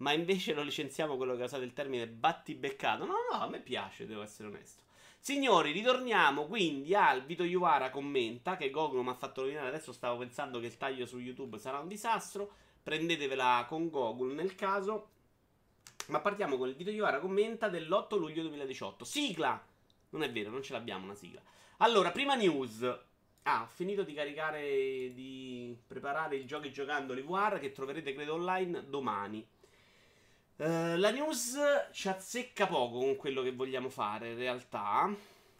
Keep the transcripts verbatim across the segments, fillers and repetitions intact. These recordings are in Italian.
ma invece lo licenziamo quello che ha usato il termine battibeccato. No, no, a me piace, devo essere onesto. Signori, ritorniamo quindi al Vito Iuvara commenta, che Goku mi ha fatto rovinare. Adesso stavo pensando che il taglio su YouTube sarà un disastro. Prendetevela con Gogol nel caso. Ma partiamo con il Vito Iuvara commenta dell'otto luglio duemiladiciotto. Sigla! Non è vero, non ce l'abbiamo una sigla. Allora, prima news. Ah, ho finito di caricare, di preparare i giochi giocando V R che troverete credo online domani. Uh, la news ci azzecca poco con quello che vogliamo fare in realtà.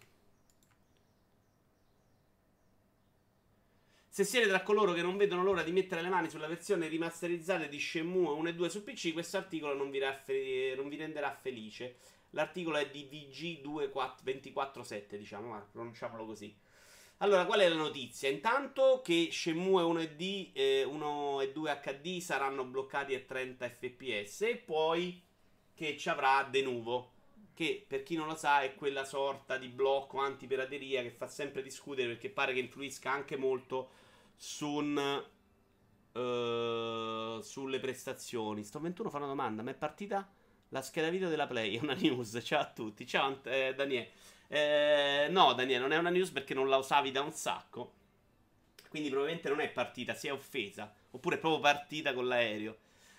Se siete tra coloro che non vedono l'ora di mettere le mani sulla versione rimasterizzata di Shenmue uno e due su P C, questo articolo non vi, raffe- non vi renderà felice. L'articolo è di V G ventiquattro sette, diciamo, ma pronunciamolo così. Allora, qual è la notizia? Intanto che Shenmue uno e, D, eh, uno e due H D saranno bloccati a trenta F P S e poi che ci avrà De Nuvo, che per chi non lo sa è quella sorta di blocco antipirateria che fa sempre discutere perché pare che influisca anche molto su, uh, sulle prestazioni. Sto ventuno fa una domanda, ma è partita la scheda video della Play? È una news, ciao a tutti, ciao eh, Daniele. Eh, no, Daniele, non è una news perché non la usavi da un sacco. Quindi probabilmente non è partita, si è offesa. Oppure è proprio partita con l'aereo.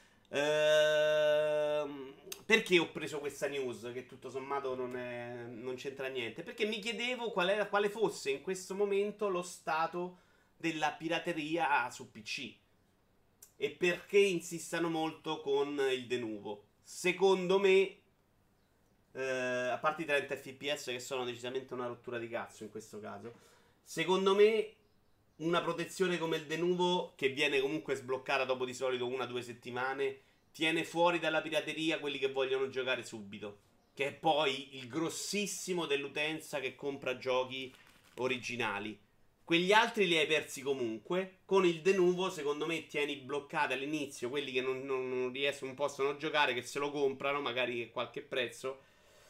Ehm, perché ho preso questa news? Che tutto sommato non, è, non c'entra niente. Perché mi chiedevo qual era, quale fosse in questo momento lo stato della pirateria su P C. E perché insistano molto con il De Nuvo. Secondo me... Uh, a parte i trenta F P S che sono decisamente una rottura di cazzo in questo caso, secondo me una protezione come il De Nuvo, che viene comunque sbloccata dopo di solito una o due settimane, tiene fuori dalla pirateria quelli che vogliono giocare subito, che è poi il grossissimo dell'utenza che compra giochi originali. Quegli altri li hai persi comunque. Con il De Nuvo secondo me tieni bloccati all'inizio quelli che non, non, non riescono, non possono giocare, che se lo comprano magari a qualche prezzo.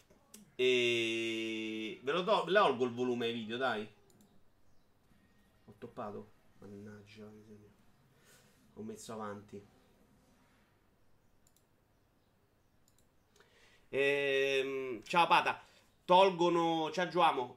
E ve lo to- tolgo il volume ai video, dai. Ho toppato. Mannaggia, ho messo avanti. Ehm, ciao Pata. Tolgono. Ciao Giuamo.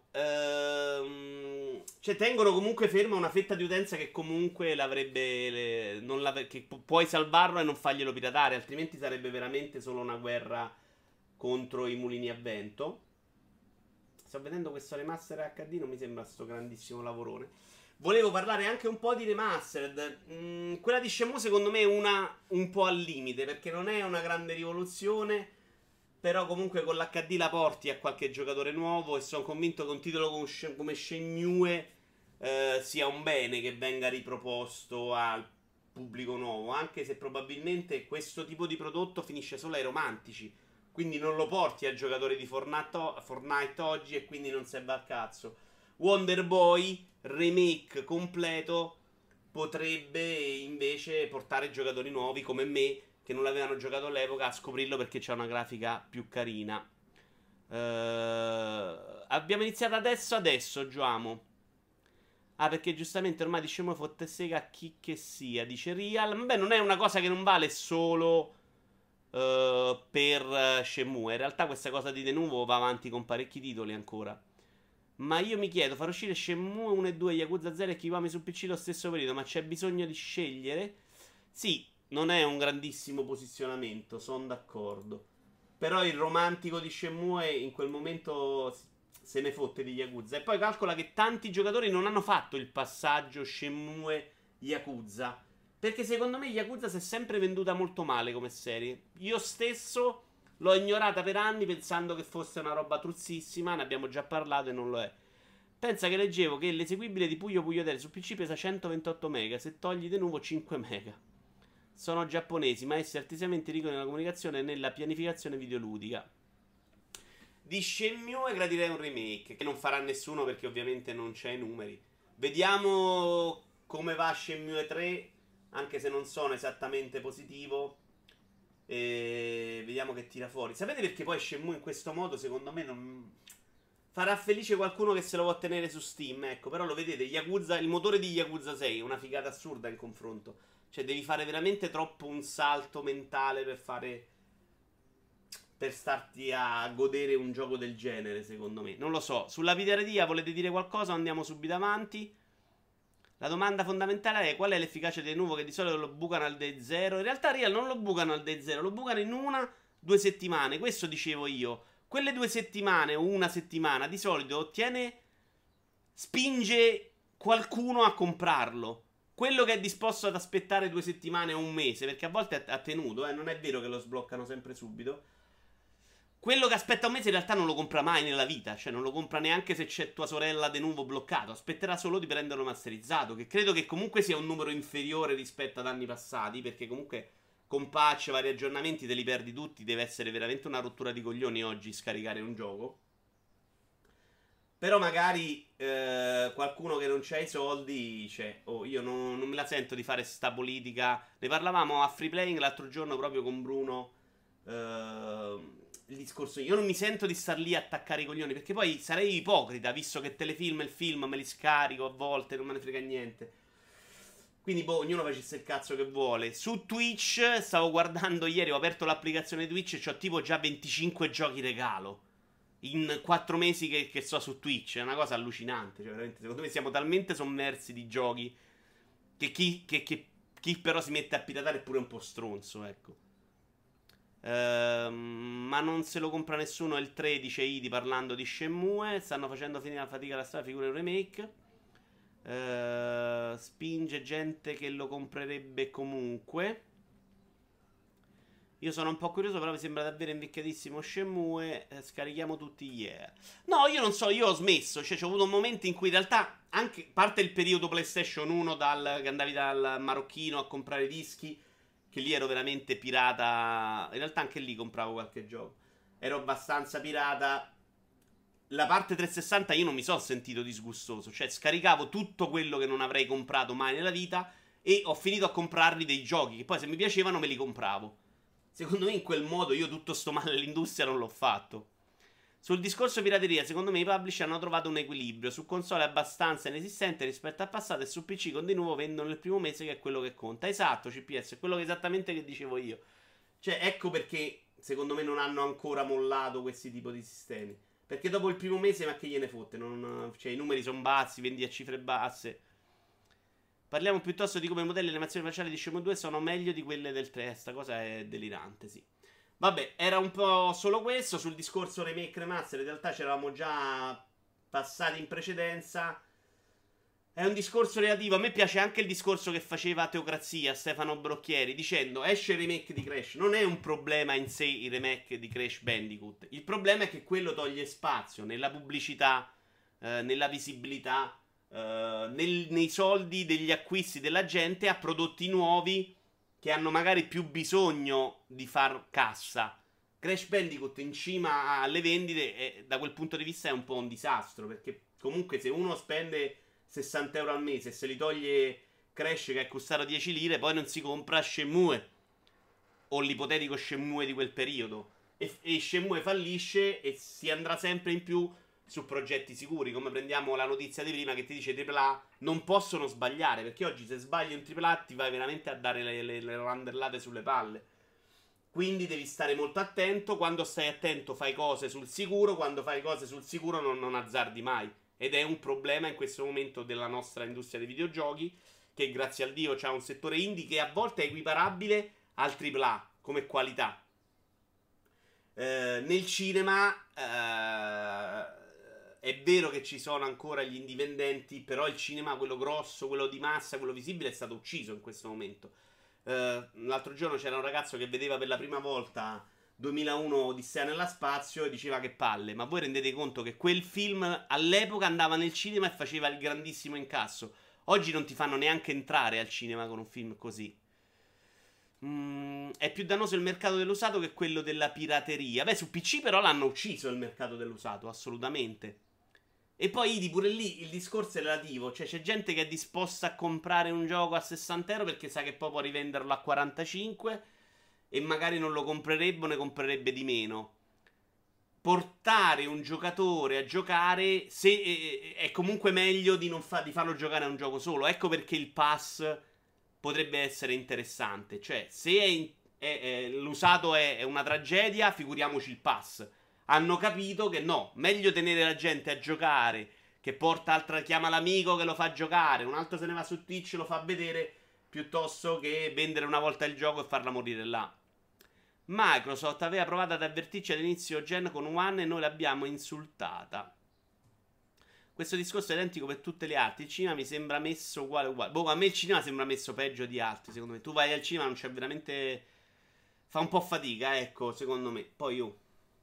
Ehm, cioè tengono comunque ferma una fetta di utenza che comunque l'avrebbe le, non l'ave- che pu- puoi salvarlo e non farglielo piratare, altrimenti sarebbe veramente solo una guerra contro i mulini a vento. Sto vedendo questo remaster H D, non mi sembra sto grandissimo lavorone. Volevo parlare anche un po' di remastered. Mm, quella di Shenmue secondo me è una un po' al limite, perché non è una grande rivoluzione, però comunque con l'H D la porti a qualche giocatore nuovo e sono convinto che un titolo come Shenmue eh, sia un bene che venga riproposto al pubblico nuovo, anche se probabilmente questo tipo di prodotto finisce solo ai romantici. Quindi non lo porti al giocatore di Fortnite, Fortnite oggi e quindi non serve al cazzo. Wonder Boy, remake completo, potrebbe invece portare giocatori nuovi come me, che non l'avevano giocato all'epoca, a scoprirlo perché c'è una grafica più carina. Uh, abbiamo iniziato adesso, adesso, Giuamo. Ah, perché giustamente ormai diciamo fotte sega a chi che sia, dice Real. Vabbè, non è una cosa che non vale solo... Uh, per uh, Shenmue. In realtà questa cosa di De Nuvo va avanti con parecchi titoli ancora. Ma io mi chiedo, far uscire Shenmue uno e due, Yakuza zero e Kiwami su P C lo stesso periodo, ma c'è bisogno di scegliere? Sì, non è un grandissimo posizionamento, sono d'accordo. Però il romantico di Shenmue in quel momento se ne fotte di Yakuza. E poi calcola che tanti giocatori non hanno fatto il passaggio Shenmue-Yakuza. Perché secondo me Yakuza si è sempre venduta molto male come serie. Io stesso l'ho ignorata per anni pensando che fosse una roba truzzissima. Ne abbiamo già parlato e non lo è. Pensa che leggevo che l'eseguibile di Puyo Puyo Tele su P C pesa centoventotto mega. Se togli di nuovo cinque mega. Sono giapponesi, ma essi artigianamente ricchi nella comunicazione e nella pianificazione videoludica. Di Shenmue gradirei un remake, che non farà nessuno perché ovviamente non c'è i numeri. Vediamo come va Shenmue tre. Anche se non sono esattamente positivo. E vediamo che tira fuori. Sapete perché poi Shenmue in questo modo secondo me non... farà felice qualcuno che se lo vuole tenere su Steam. Ecco, però lo vedete, Yakuza, il motore di Yakuza sei è una figata assurda in confronto. Cioè, devi fare veramente troppo un salto mentale per fare. Per starti a godere un gioco del genere, secondo me. Non lo so. Sulla pirateria volete dire qualcosa? Andiamo subito avanti. La domanda fondamentale è: qual è l'efficacia del nuovo che di solito lo bucano al day zero? In realtà Real non lo bucano al day zero, lo bucano in una, due settimane. Questo dicevo io. Quelle due settimane o una settimana di solito ottiene, spinge qualcuno a comprarlo. Quello che è disposto ad aspettare due settimane o un mese, perché a volte è a tenuto, eh, non è vero che lo sbloccano sempre subito. Quello che aspetta un mese in realtà non lo compra mai nella vita. Cioè non lo compra neanche se c'è tua sorella de nuovo bloccato. Aspetterà solo di prenderlo masterizzato, che credo che comunque sia un numero inferiore rispetto ad anni passati, perché comunque con patch, vari aggiornamenti te li perdi tutti. Deve essere veramente una rottura di coglioni oggi scaricare un gioco. Però magari eh, qualcuno che non c'ha i soldi dice: oh, io non, non me la sento di fare sta politica. Ne parlavamo a Free Playing l'altro giorno proprio con Bruno. Ehm... Il discorso, io non mi sento di star lì a attaccare i coglioni, perché poi sarei ipocrita, visto che telefilm e il film me li scarico a volte, non me ne frega niente. Quindi boh, ognuno facesse il cazzo che vuole. Su Twitch stavo guardando ieri, ho aperto l'applicazione Twitch e ho tipo già venticinque giochi regalo in quattro mesi che, che sto su Twitch. È una cosa allucinante, cioè veramente, secondo me siamo talmente sommersi di giochi che chi, che, che, chi però si mette a piratare è pure un po' stronzo, ecco. Uh, ma non se lo compra nessuno. Il tre dice Idi parlando di Shenmue. Stanno facendo finire la fatica la storia, figura un remake. uh, Spinge gente che lo comprerebbe comunque. Io sono un po' curioso, però mi sembra davvero invecchiatissimo Shenmue. eh, Scarichiamo tutti yeah. No, io non so, io ho smesso. Cioè, c'ho avuto un momento in cui in realtà anche parte il periodo PlayStation uno dal, che andavi dal marocchino a comprare dischi, che lì ero veramente pirata. In realtà anche lì compravo qualche gioco. Ero abbastanza pirata. La parte trecentosessanta io non mi sono sentito disgustoso. Cioè scaricavo tutto quello che non avrei comprato mai nella vita e ho finito a comprarli dei giochi che poi se mi piacevano me li compravo. Secondo me in quel modo io tutto sto male all'industria non l'ho fatto. Sul discorso pirateria, secondo me i publisher hanno trovato un equilibrio. Su console è abbastanza inesistente rispetto al passato e su P C con di nuovo vendono il primo mese, che è quello che conta. Esatto, C P S, è quello che esattamente che dicevo io. Cioè, ecco perché secondo me non hanno ancora mollato questi tipi di sistemi. Perché dopo il primo mese, ma che gliene fotte? Non, cioè, i numeri sono bassi, vendi a cifre basse. Parliamo piuttosto di come i modelli di animazione facciale di Shenmue due sono meglio di quelle del tre. Sta cosa è delirante, sì. Vabbè, era un po' solo questo. Sul discorso remake remaster, in realtà ci eravamo già passati in precedenza. È un discorso relativo. A me piace anche il discorso che faceva Teocrazia, Stefano Brocchieri, dicendo: esce il remake di Crash. Non è un problema in sé il remake di Crash Bandicoot. Il problema è che quello toglie spazio nella pubblicità, eh, nella visibilità, eh, nel, nei soldi degli acquisti della gente a prodotti nuovi che hanno magari più bisogno di far cassa. Crash Bandicoot in cima alle vendite è, da quel punto di vista è un po' un disastro, perché comunque se uno spende sessanta euro al mese e se li toglie Crash che è costato dieci lire, poi non si compra Shenmue o l'ipotetico Shenmue di quel periodo e, e Shenmue fallisce e si andrà sempre in più su progetti sicuri, come prendiamo la notizia di prima che ti dice tripla A non possono sbagliare, perché oggi se sbagli un tripla A ti vai veramente a dare le, le, le randellate sulle palle. Quindi devi stare molto attento. Quando stai attento fai cose sul sicuro, quando fai cose sul sicuro non, non azzardi mai. Ed è un problema in questo momento della nostra industria dei videogiochi, che grazie al Dio c'ha un settore indie che a volte è equiparabile al tripla A come qualità. Eh, nel cinema eh, è vero che ci sono ancora gli indipendenti, però il cinema, quello grosso, quello di massa, quello visibile, è stato ucciso in questo momento. Uh, l'altro giorno c'era un ragazzo che vedeva per la prima volta duemilauno Odissea nello spazio e diceva che palle. Ma voi rendete conto che quel film all'epoca andava nel cinema e faceva il grandissimo incasso? Oggi non ti fanno neanche entrare al cinema con un film così. Mm, è più dannoso il mercato dell'usato che quello della pirateria. Beh, su P C però l'hanno ucciso il mercato dell'usato, assolutamente. E poi Idi, pure lì il discorso è relativo. Cioè c'è gente che è disposta a comprare un gioco a sessanta euro perché sa che poi può rivenderlo a quarantacinque e magari non lo comprerebbe o ne comprerebbe di meno. Portare un giocatore a giocare se, è comunque meglio di, non fa, di farlo giocare a un gioco solo. Ecco perché il pass potrebbe essere interessante. Cioè, se è in- è- è- l'usato è, è una tragedia, figuriamoci il pass. Hanno capito che no, meglio tenere la gente a giocare, che porta altra, chiama l'amico che lo fa giocare, un altro se ne va su Twitch e lo fa vedere, piuttosto che vendere una volta il gioco e farla morire là. Microsoft aveva provato ad avvertirci all'inizio gen con One e noi l'abbiamo insultata. Questo discorso è identico per tutte le arti. Il cinema mi sembra messo uguale uguale. Boh, a me il cinema sembra messo peggio di altri, secondo me. Tu vai al cinema, non c'è veramente... Fa un po' fatica, ecco, secondo me. Poi io...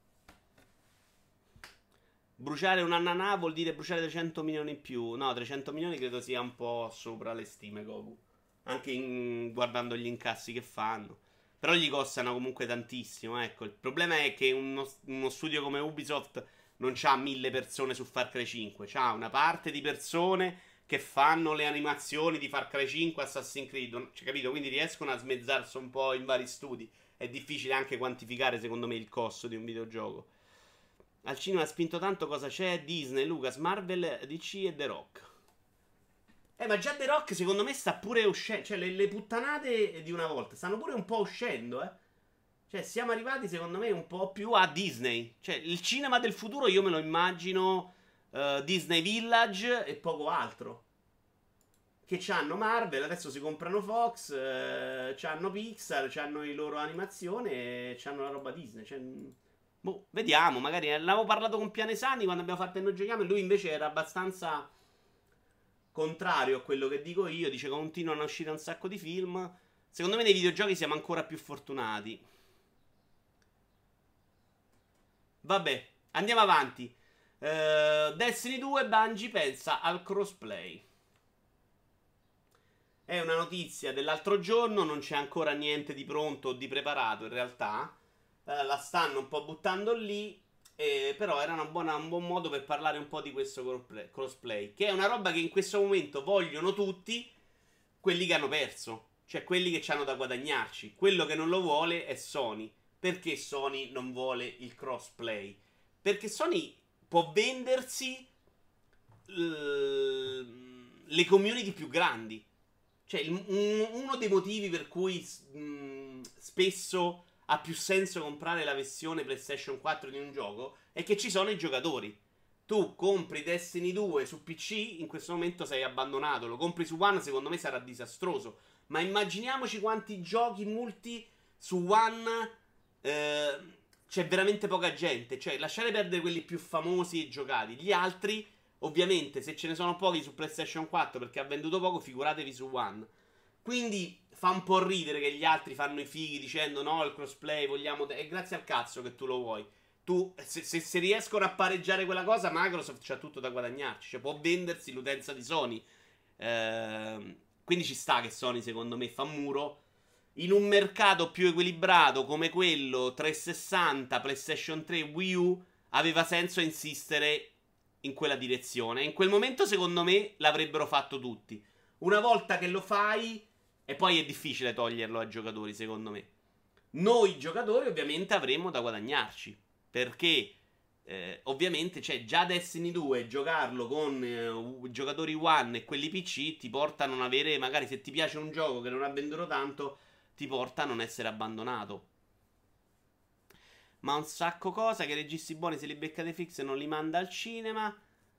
Bruciare un annanà vuol dire bruciare trecento milioni in più. No, trecento milioni credo sia un po' sopra le stime, Goku. Anche in... guardando gli incassi che fanno. Però gli costano comunque tantissimo, ecco. Il problema è che uno, uno studio come Ubisoft non c'ha mille persone su Far Cry cinque. C'ha una parte di persone che fanno le animazioni di Far Cry cinque, Assassin's Creed. Cioè, capito? Quindi riescono a smezzarsi un po' in vari studi. È difficile anche quantificare, secondo me, il costo di un videogioco. Al cinema ha spinto tanto, cosa c'è? Disney, Lucas, Marvel, D C e The Rock. Eh, ma già The Rock secondo me sta pure uscendo. Cioè, le, le puttanate di una volta stanno pure un po' uscendo, eh. Cioè, siamo arrivati secondo me un po' più a Disney. Cioè, il cinema del futuro io me lo immagino uh, Disney Village e poco altro. Che c'hanno Marvel, adesso si comprano Fox, uh, c'hanno Pixar, c'hanno le loro animazioni e c'hanno la roba Disney. Cioè... Boh, vediamo, magari l'avevo parlato con Pianesani quando abbiamo fatto il Noi Giochiamo e lui invece era abbastanza contrario a quello che dico io, dice che continuano a uscire un sacco di film. Secondo me nei videogiochi siamo ancora più fortunati. Vabbè, andiamo avanti. uh, Destiny due, Bungie pensa al crossplay. È una notizia dell'altro giorno, non c'è ancora niente di pronto o di preparato in realtà. Uh, la stanno un po' buttando lì. Eh, però era una buona, un buon modo per parlare un po' di questo crossplay, che è una roba che in questo momento vogliono tutti quelli che hanno perso, cioè quelli che hanno da guadagnarci. Quello che non lo vuole è Sony. Perché Sony non vuole il crossplay? Perché Sony può vendersi uh, le community più grandi. Cioè il, un, uno dei motivi per cui mh, spesso ha più senso comprare la versione PlayStation quattro di un gioco è che ci sono i giocatori. Tu compri Destiny due su P C, in questo momento sei abbandonato. Lo compri su One, secondo me sarà disastroso. Ma immaginiamoci quanti giochi multi su One eh, c'è veramente poca gente. Cioè, lasciare perdere quelli più famosi e giocati. Gli altri, ovviamente, se ce ne sono pochi su PlayStation quattro perché ha venduto poco, figuratevi su One. Quindi fa un po' ridere che gli altri fanno i fighi dicendo no, il crossplay vogliamo... Te-". E grazie al cazzo che tu lo vuoi. Tu, se, se, se riescono a pareggiare quella cosa, Microsoft c'ha tutto da guadagnarci. Cioè può vendersi l'utenza di Sony. Ehm, quindi ci sta che Sony secondo me fa muro. In un mercato più equilibrato come quello trecentosessanta, PlayStation tre, Wii U, aveva senso insistere in quella direzione. In quel momento secondo me l'avrebbero fatto tutti. Una volta che lo fai... E poi è difficile toglierlo ai giocatori, secondo me. Noi giocatori ovviamente avremo da guadagnarci. Perché eh, ovviamente cioè, già Destiny due, giocarlo con eh, giocatori One e quelli P C ti porta a non avere, magari se ti piace un gioco che non ha venduto tanto, ti porta a non essere abbandonato. Ma un sacco cosa, che registi buoni se li beccate fix e non li manda al cinema.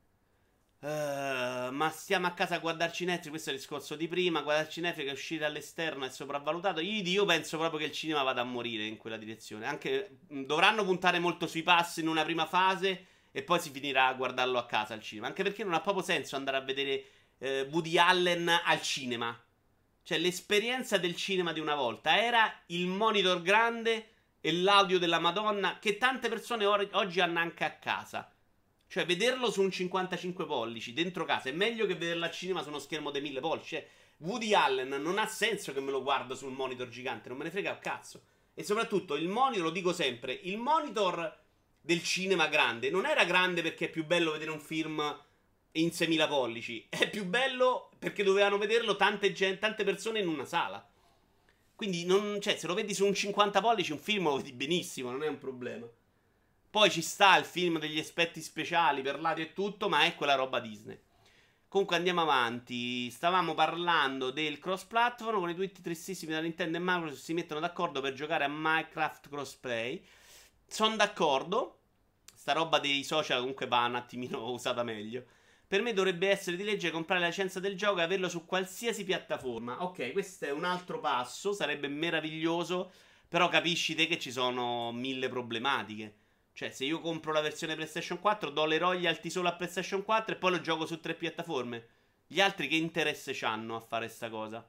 Uh, ma stiamo a casa a guardarci Netflix. Questo è il discorso di prima. Guardarci Netflix, è uscire all'esterno, è sopravvalutato. Io, io penso proprio che il cinema vada a morire in quella direzione. Anche mh, dovranno puntare molto sui passi in una prima fase e poi si finirà a guardarlo a casa al cinema. Anche perché non ha proprio senso andare a vedere eh, Woody Allen al cinema. Cioè l'esperienza del cinema di una volta era il monitor grande e l'audio della Madonna, che tante persone or- oggi hanno anche a casa. Cioè, vederlo su un cinquantacinque pollici dentro casa è meglio che vederlo al cinema su uno schermo di mille pollici. Cioè, Woody Allen non ha senso che me lo guardo sul monitor gigante, non me ne frega un cazzo. E soprattutto, il monitor, lo dico sempre, il monitor del cinema grande non era grande perché è più bello vedere un film in seimila pollici. È più bello perché dovevano vederlo tante, gente, tante persone in una sala. Quindi, non, cioè, se lo vedi su un cinquanta pollici, un film lo vedi benissimo, non è un problema. Poi ci sta il film degli effetti speciali per lato e tutto, ma è quella roba Disney. Comunque andiamo avanti. Stavamo parlando del cross platform. Con i tweet tristissimi da Nintendo e Microsoft si mettono d'accordo per giocare a Minecraft crossplay. Sono d'accordo. Sta roba dei social comunque va un attimino usata meglio. Per me dovrebbe essere di legge comprare la licenza del gioco e averlo su qualsiasi piattaforma. Ok, questo è un altro passo. Sarebbe meraviglioso. Però capisci te che ci sono mille problematiche. Cioè, se io compro la versione PlayStation quattro, do le royalty solo a PlayStation quattro e poi lo gioco su tre piattaforme. Gli altri che interesse c'hanno a fare sta cosa?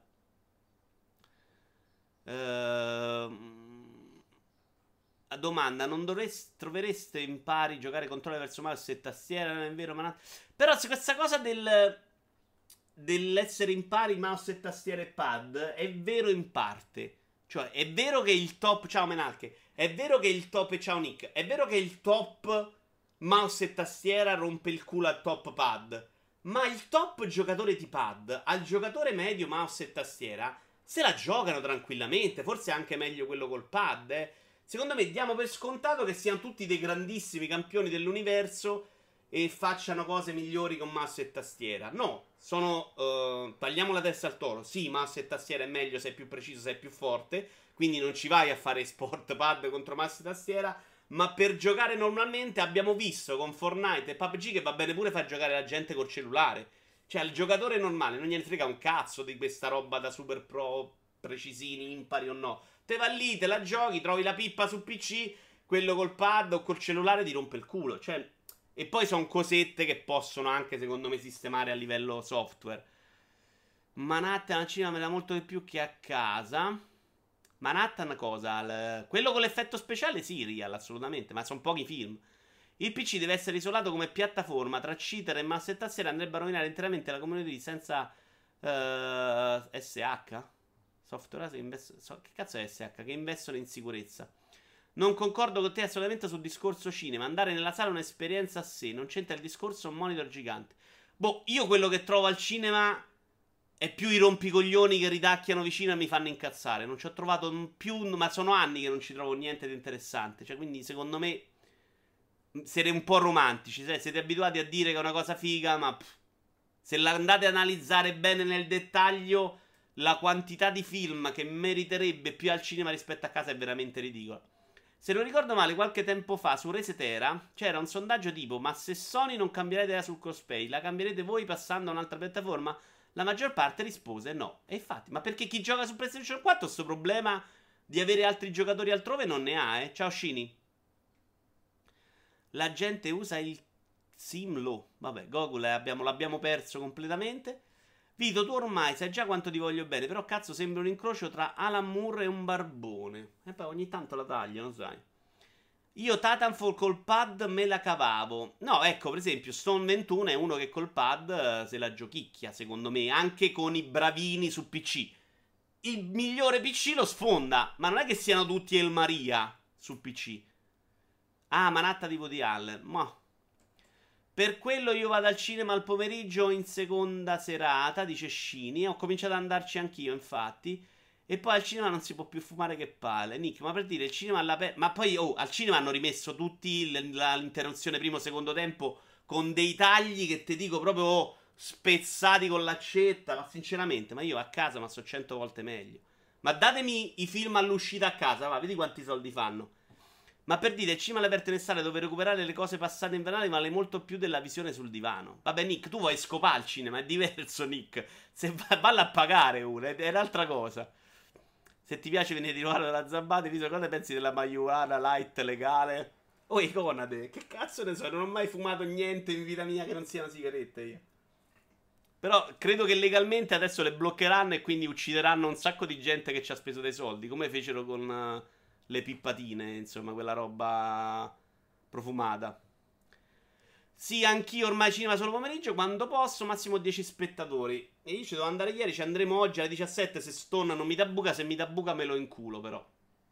Ehm... Domanda, non dovreste, trovereste in pari giocare controller verso mouse e tastiera? Non è vero, ma... Però se questa cosa del... dell'essere in pari mouse e tastiera e pad è vero in parte. Cioè, è vero che il top... Ciao Menalche. È vero che il top... Ciao Nick. È vero che il top mouse e tastiera rompe il culo al top pad. Ma il top giocatore di pad al giocatore medio mouse e tastiera se la giocano tranquillamente. Forse è anche meglio quello col pad, eh. Secondo me diamo per scontato che siano tutti dei grandissimi campioni dell'universo e facciano cose migliori con mouse e tastiera. No, sono... Uh, tagliamo la testa al toro. Sì, mouse e tastiera è meglio, sei più preciso, sei più forte. Quindi non ci vai a fare sport pad contro mouse e tastiera. Ma per giocare normalmente abbiamo visto con Fortnite e P U B G che va bene pure far giocare la gente col cellulare. Cioè al giocatore normale non gliene frega un cazzo di questa roba da super pro, precisini, impari o no. Te va lì, te la giochi, trovi la pippa su P C, quello col pad o col cellulare ti rompe il culo. Cioè, e poi sono cosette che possono anche secondo me sistemare a livello software. Manhattan al cinema me la molto di più che a casa. Manhattan cosa? L- quello con l'effetto speciale sì, real, assolutamente, ma sono pochi film. Il P C deve essere isolato come piattaforma. Tra cheater e mouse e tastiera andrebbe a rovinare interamente la community senza uh, S H. Software che investono. So, che cazzo è S H? Che investono in sicurezza. Non concordo con te assolutamente sul discorso cinema. Andare nella sala è un'esperienza a sé. Non c'entra il discorso un monitor gigante. Boh, io quello che trovo al cinema è più i rompicoglioni che ridacchiano vicino e mi fanno incazzare. Non ci ho trovato più. Ma sono anni che non ci trovo niente di interessante. Cioè, quindi secondo me siete un po' romantici. Sai? Siete abituati a dire che è una cosa figa, ma pff, se la andate a analizzare bene nel dettaglio, la quantità di film che meriterebbe più al cinema rispetto a casa è veramente ridicola. Se non ricordo male, qualche tempo fa su Resetera c'era un sondaggio tipo: ma se Sony non cambierà idea sul crossplay, la cambierete voi passando a un'altra piattaforma? La maggior parte rispose no. E infatti, ma perché chi gioca su PlayStation quattro sto problema di avere altri giocatori altrove non ne ha, eh? Ciao Shini. La gente usa il Simlo. Vabbè, Google abbiamo, l'abbiamo perso completamente. Vito, tu ormai sai già quanto ti voglio bene, però cazzo sembra un incrocio tra Alan Moore e un barbone. E poi ogni tanto la tagliano, sai. Io Titanfall col pad me la cavavo. No, ecco, per esempio, Stone ventuno è uno che col pad eh, se la giochicchia, secondo me, anche con i bravini su P C. Il migliore P C lo sfonda, ma non è che siano tutti El Maria su P C. Ah, manatta di Woody Allen. Ma... Per quello io vado al cinema al pomeriggio in seconda serata, dice Scini. Ho cominciato ad andarci anch'io, infatti. E poi al cinema non si può più fumare che palle. Nick, ma per dire, il cinema all'aperto... Ma poi, oh, al cinema hanno rimesso tutti l- la- l'interruzione primo-secondo tempo con dei tagli che ti dico proprio oh, spezzati con l'accetta. Ma sinceramente, ma io a casa ma so cento volte meglio. Ma datemi i film all'uscita a casa, va, vedi quanti soldi fanno. Ma per dire, il cinema all'aperto in estate dove recuperare le cose passate invernali vale molto più della visione sul divano. Vabbè, Nick, tu vuoi scopare al cinema, è diverso, Nick. Se va, valla a pagare uno, è, è un'altra cosa. Se ti piace venire di nuovo dalla Zambati, visto cosa pensi della marijuana light legale? Oh, Iconade, che cazzo ne so, non ho mai fumato niente in vita mia che non sia una sigaretta io. Però credo che legalmente adesso le bloccheranno e quindi uccideranno un sacco di gente che ci ha speso dei soldi, come fecero con... Uh, le pippatine, insomma, quella roba profumata. Sì, anch'io ormai cinema solo pomeriggio, quando posso, massimo dieci spettatori. E io ci devo andare ieri, ci andremo oggi alle diciassette, se Stone non mi dà buca, se mi dà buca me lo inculo però.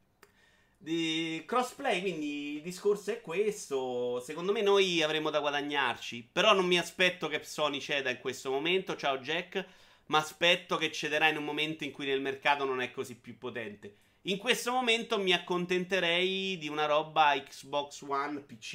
Di crossplay, quindi il discorso è questo. Secondo me noi avremo da guadagnarci, però non mi aspetto che Sony ceda in questo momento, ciao Jack, ma aspetto che cederà in un momento in cui nel mercato non è così più potente. In questo momento mi accontenterei di una roba Xbox One P C.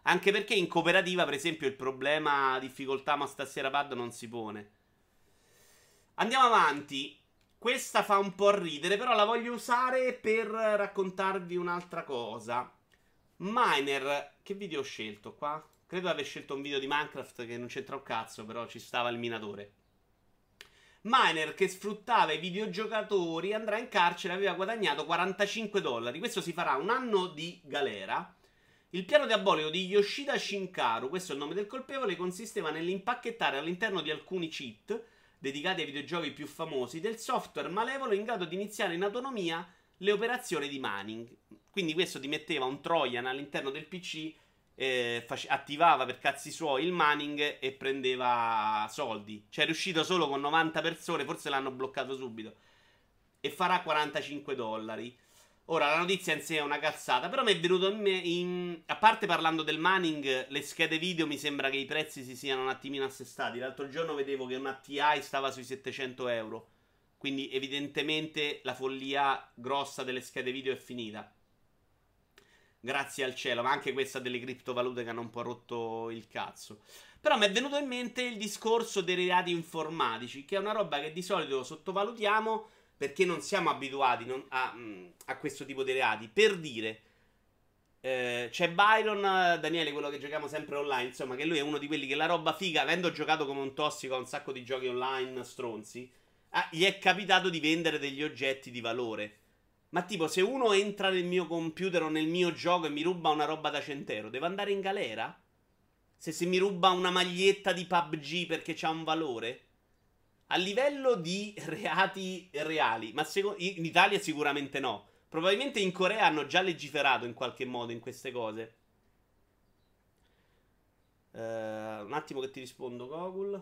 Anche perché in cooperativa, per esempio, il problema difficoltà ma stasera pad non si pone. Andiamo avanti. Questa fa un po' ridere, però la voglio usare per raccontarvi un'altra cosa. Miner, che video ho scelto qua? Credo di aver scelto un video di Minecraft che non c'entra un cazzo, però ci stava il minatore. Miner che sfruttava i videogiocatori andrà in carcere e aveva guadagnato quarantacinque dollari. Questo si farà un anno di galera. Il piano diabolico di Yoshida Shinkaru, questo è il nome del colpevole, consisteva nell'impacchettare all'interno di alcuni cheat dedicati ai videogiochi più famosi del software malevolo in grado di iniziare in autonomia le operazioni di mining. Quindi questo ti metteva un trojan all'interno del P C, eh, face- attivava per cazzi suoi il mining e prendeva soldi. Cioè è riuscito solo con novanta persone, forse l'hanno bloccato subito. E farà quarantacinque dollari. Ora, la notizia in sé è una cazzata, però mi è venuto in, me in... A parte parlando del mining, le schede video mi sembra che i prezzi si siano un attimino assestati. L'altro giorno vedevo che una T I stava sui settecento euro. Quindi evidentemente la follia grossa delle schede video è finita. Grazie al cielo, ma anche questa delle criptovalute che hanno un po' rotto il cazzo. Però mi è venuto in mente il discorso dei reati informatici, che è una roba che di solito sottovalutiamo perché non siamo abituati non, a, a questo tipo di reati. Per dire, eh, c'è Byron, Daniele, quello che giochiamo sempre online, insomma, che lui è uno di quelli che la roba figa, avendo giocato come un tossico a un sacco di giochi online stronzi, ah, gli è capitato di vendere degli oggetti di valore. Ma tipo, se uno entra nel mio computer o nel mio gioco e mi ruba una roba da cento euro, deve andare in galera? Se, se mi ruba una maglietta di P U B G perché c'ha un valore? A livello di reati reali, ma seco- in Italia sicuramente no. Probabilmente in Corea hanno già legiferato in qualche modo in queste cose. Uh, un attimo che ti rispondo, Gogol.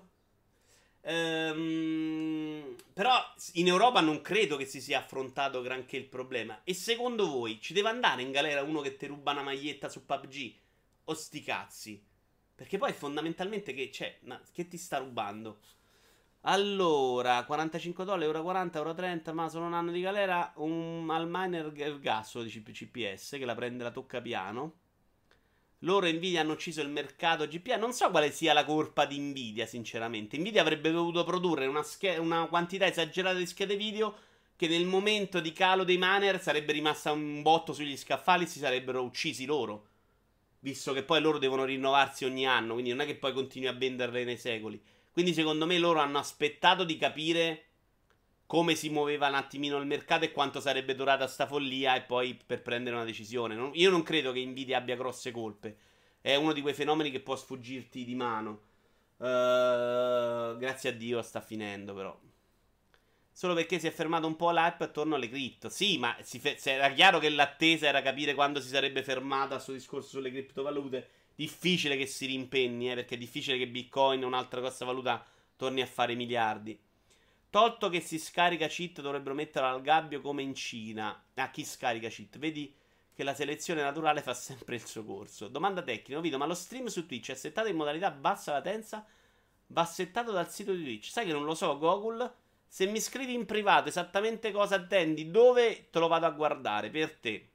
Ehm, però in Europa non credo che si sia affrontato granché il problema. E secondo voi ci deve andare in galera uno che ti ruba una maglietta su P U B G? O sti cazzi? Perché poi fondamentalmente che c'è? Ma che ti sta rubando? Allora, quarantacinque dollari, euro quaranta, euro trenta, ma solo un anno di galera. Un al miner gasso di C P S che la prende, la tocca piano. Loro Nvidia hanno ucciso il mercato G P A. Non so quale sia la colpa di Nvidia, sinceramente. Nvidia avrebbe dovuto produrre una, sch- una quantità esagerata di schede video che nel momento di calo dei miner sarebbe rimasta un botto sugli scaffali e si sarebbero uccisi loro. Visto che poi loro devono rinnovarsi ogni anno, quindi non è che poi continui a venderle nei secoli. Quindi secondo me loro hanno aspettato di capire come si muoveva un attimino il mercato e quanto sarebbe durata sta follia e poi per prendere una decisione. Non- io non credo che Nvidia abbia grosse colpe. È uno di quei fenomeni che può sfuggirti di mano. Uh, grazie a Dio sta finendo però. Solo perché si è fermato un po' l'hype attorno alle cripto. Sì, ma si fe- se era chiaro che l'attesa era capire quando si sarebbe fermata sto discorso sulle criptovalute. Difficile che si rimpenni, eh, perché è difficile che Bitcoin o un'altra grossa valuta torni a fare miliardi. Tolto che si scarica cheat, dovrebbero metterla al gabbio come in Cina. Ah, chi scarica cheat? Vedi che la selezione naturale fa sempre il suo corso. Domanda tecnica, Vito, ma lo stream su Twitch è settato in modalità bassa latenza? Va settato dal sito di Twitch. Sai che non lo so, Google? Se mi scrivi in privato esattamente cosa attendi, dove te lo vado a guardare per te.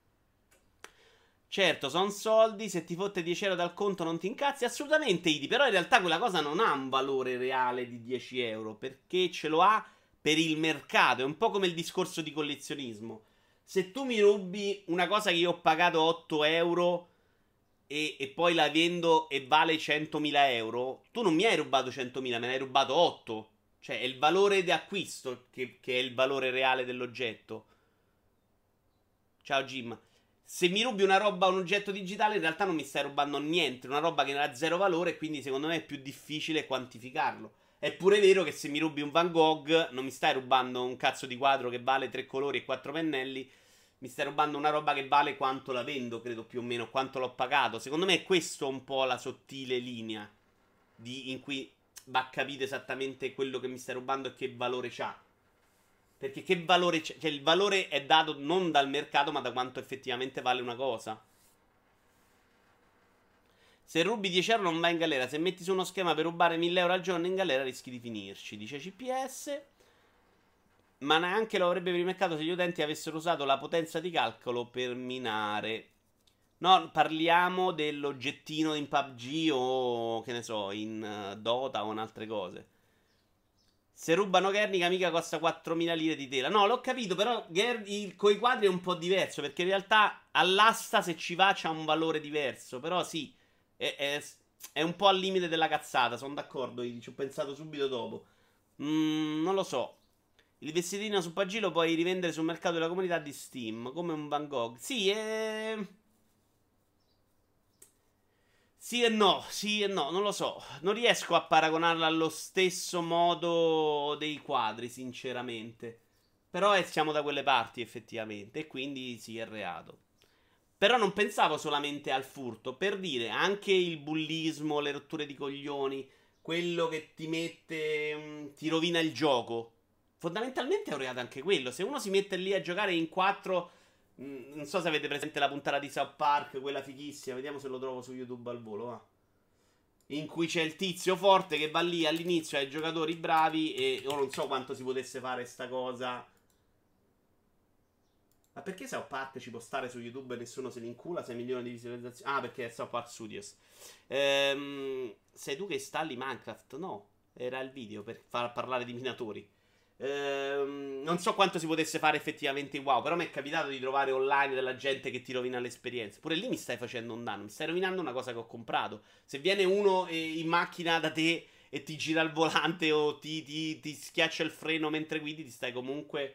Certo, sono soldi, se ti fotte dieci euro dal conto non ti incazzi, assolutamente Idi, però in realtà quella cosa non ha un valore reale di dieci euro, perché ce lo ha per il mercato, è un po' come il discorso di collezionismo. Se tu mi rubi una cosa che io ho pagato otto euro e, e poi la vendo e vale centomila euro, tu non mi hai rubato centomila, me ne hai rubato otto. Cioè è il valore di acquisto che, che è il valore reale dell'oggetto. Ciao Jim. Se mi rubi una roba, un oggetto digitale, in realtà non mi stai rubando niente, una roba che ha zero valore, quindi secondo me è più difficile quantificarlo. È pure vero che se mi rubi un Van Gogh, non mi stai rubando un cazzo di quadro che vale tre colori e quattro pennelli, mi stai rubando una roba che vale quanto la vendo, credo più o meno, quanto l'ho pagato. Secondo me è questo un po' la sottile linea di, in cui va a capire esattamente quello che mi stai rubando e che valore c'ha. Perché che valore c'è? Cioè il valore è dato non dal mercato ma da quanto effettivamente vale una cosa. Se rubi dieci euro non vai in galera. Se metti su uno schema per rubare mille euro al giorno in galera rischi di finirci, dice C P S. Ma neanche lo avrebbe per il mercato se gli utenti avessero usato la potenza di calcolo per minare. No, parliamo dell'oggettino in P U B G o che ne so, in eh, Dota o in altre cose. Se rubano Guernica mica costa quattromila lire di tela. No, l'ho capito, però Guer- il- coi quadri è un po' diverso, perché in realtà all'asta se ci va c'ha un valore diverso. Però sì, è, è- è un po' al limite della cazzata, sono d'accordo, ci ho pensato subito dopo. Mm, non lo so. Il vestitino su Pagino lo puoi rivendere sul mercato della comunità di Steam, come un Van Gogh. Sì, è... Sì e no, sì e no, non lo so. Non riesco a paragonarla allo stesso modo dei quadri, sinceramente. Però eh, siamo da quelle parti, effettivamente, e quindi sì, è reato. Però non pensavo solamente al furto, per dire, anche il bullismo, le rotture di coglioni, quello che ti mette, mh, ti rovina il gioco. Fondamentalmente è un reato anche quello. Se uno si mette lì a giocare in quattro, mh, non so se avete presente la puntata di South Park, quella fighissima, vediamo se lo trovo su YouTube al volo, va. In cui c'è il tizio forte che va lì all'inizio ai giocatori bravi e io non so quanto si potesse fare sta cosa. Ma perché South Park ci può stare su YouTube e nessuno se ne incula? sei milioni di visualizzazioni. Ah, perché è South Park Studios. Ehm, sei tu che installi Minecraft? No, era il video per far parlare di minatori. Ehm, non so quanto si potesse fare effettivamente in WoW, però mi è capitato di trovare online della gente che ti rovina l'esperienza. Pure lì mi stai facendo un danno, mi stai rovinando una cosa che ho comprato. Se viene uno eh, in macchina da te e ti gira il volante o ti, ti, ti schiaccia il freno mentre guidi, ti stai comunque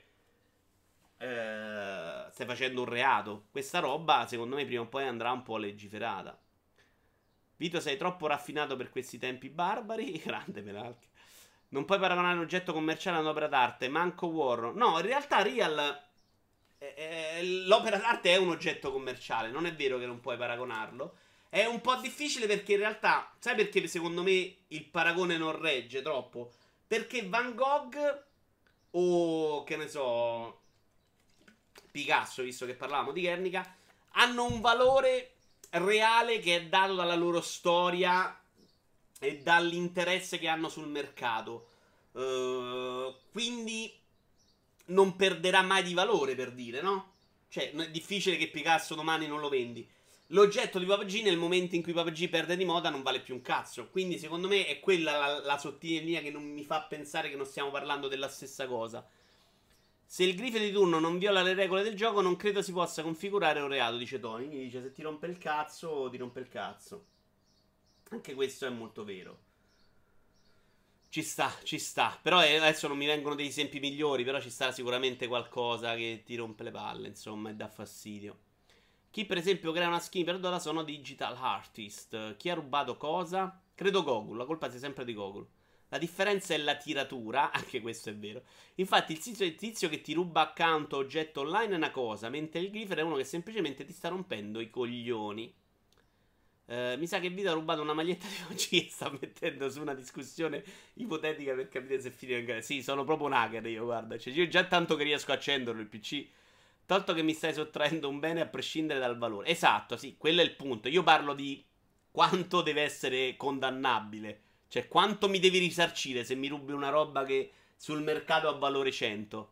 eh, stai facendo un reato. Questa roba, secondo me, prima o poi andrà un po' legiferata. Vito, sei troppo raffinato per questi tempi barbari. Grande Menalche. Non puoi paragonare un oggetto commerciale a un'opera d'arte, manco Warren. No, in realtà Real. eh, eh, l'opera d'arte è un oggetto commerciale. Non è vero che non puoi paragonarlo. È un po' difficile perché in realtà. Sai perché secondo me il paragone non regge troppo? Perché Van Gogh o che ne so. Picasso, visto che parlavamo di Guernica, hanno un valore reale che è dato dalla loro storia e dall'interesse che hanno sul mercato. Uh, quindi non perderà mai di valore, per dire, no? Cioè, è difficile che Picasso domani non lo vendi. L'oggetto di Papa G nel momento in cui Papa G perde di moda non vale più un cazzo. Quindi, secondo me, è quella la, la sottile linea che non mi fa pensare che non stiamo parlando della stessa cosa. Se il grife di turno non viola le regole del gioco, non credo si possa configurare un reato, dice Tony. Mi dice se ti rompe il cazzo, ti rompe il cazzo. Anche questo è molto vero. Ci sta, ci sta. Però eh, adesso non mi vengono degli esempi migliori, però ci sta sicuramente qualcosa che ti rompe le palle, insomma, e dà fastidio. Chi per esempio crea una skin per Dota sono digital artist. Chi ha rubato cosa? Credo Gogol, la colpa sia sempre di Gogol. La differenza è la tiratura, anche questo è vero. Infatti il tizio, il tizio che ti ruba account o oggetto online è una cosa, mentre il griffer è uno che semplicemente ti sta rompendo i coglioni. Eh, mi sa che Vito ha rubato una maglietta di O G e sta mettendo su una discussione ipotetica per capire se finire in gara. Sì, sono proprio un hacker io, guarda. Cioè, io già tanto che riesco a accenderlo il P C. Tolto che mi stai sottraendo un bene a prescindere dal valore. Esatto, sì, quello è il punto. Io parlo di quanto deve essere condannabile. Cioè, quanto mi devi risarcire se mi rubi una roba che sul mercato ha valore cento.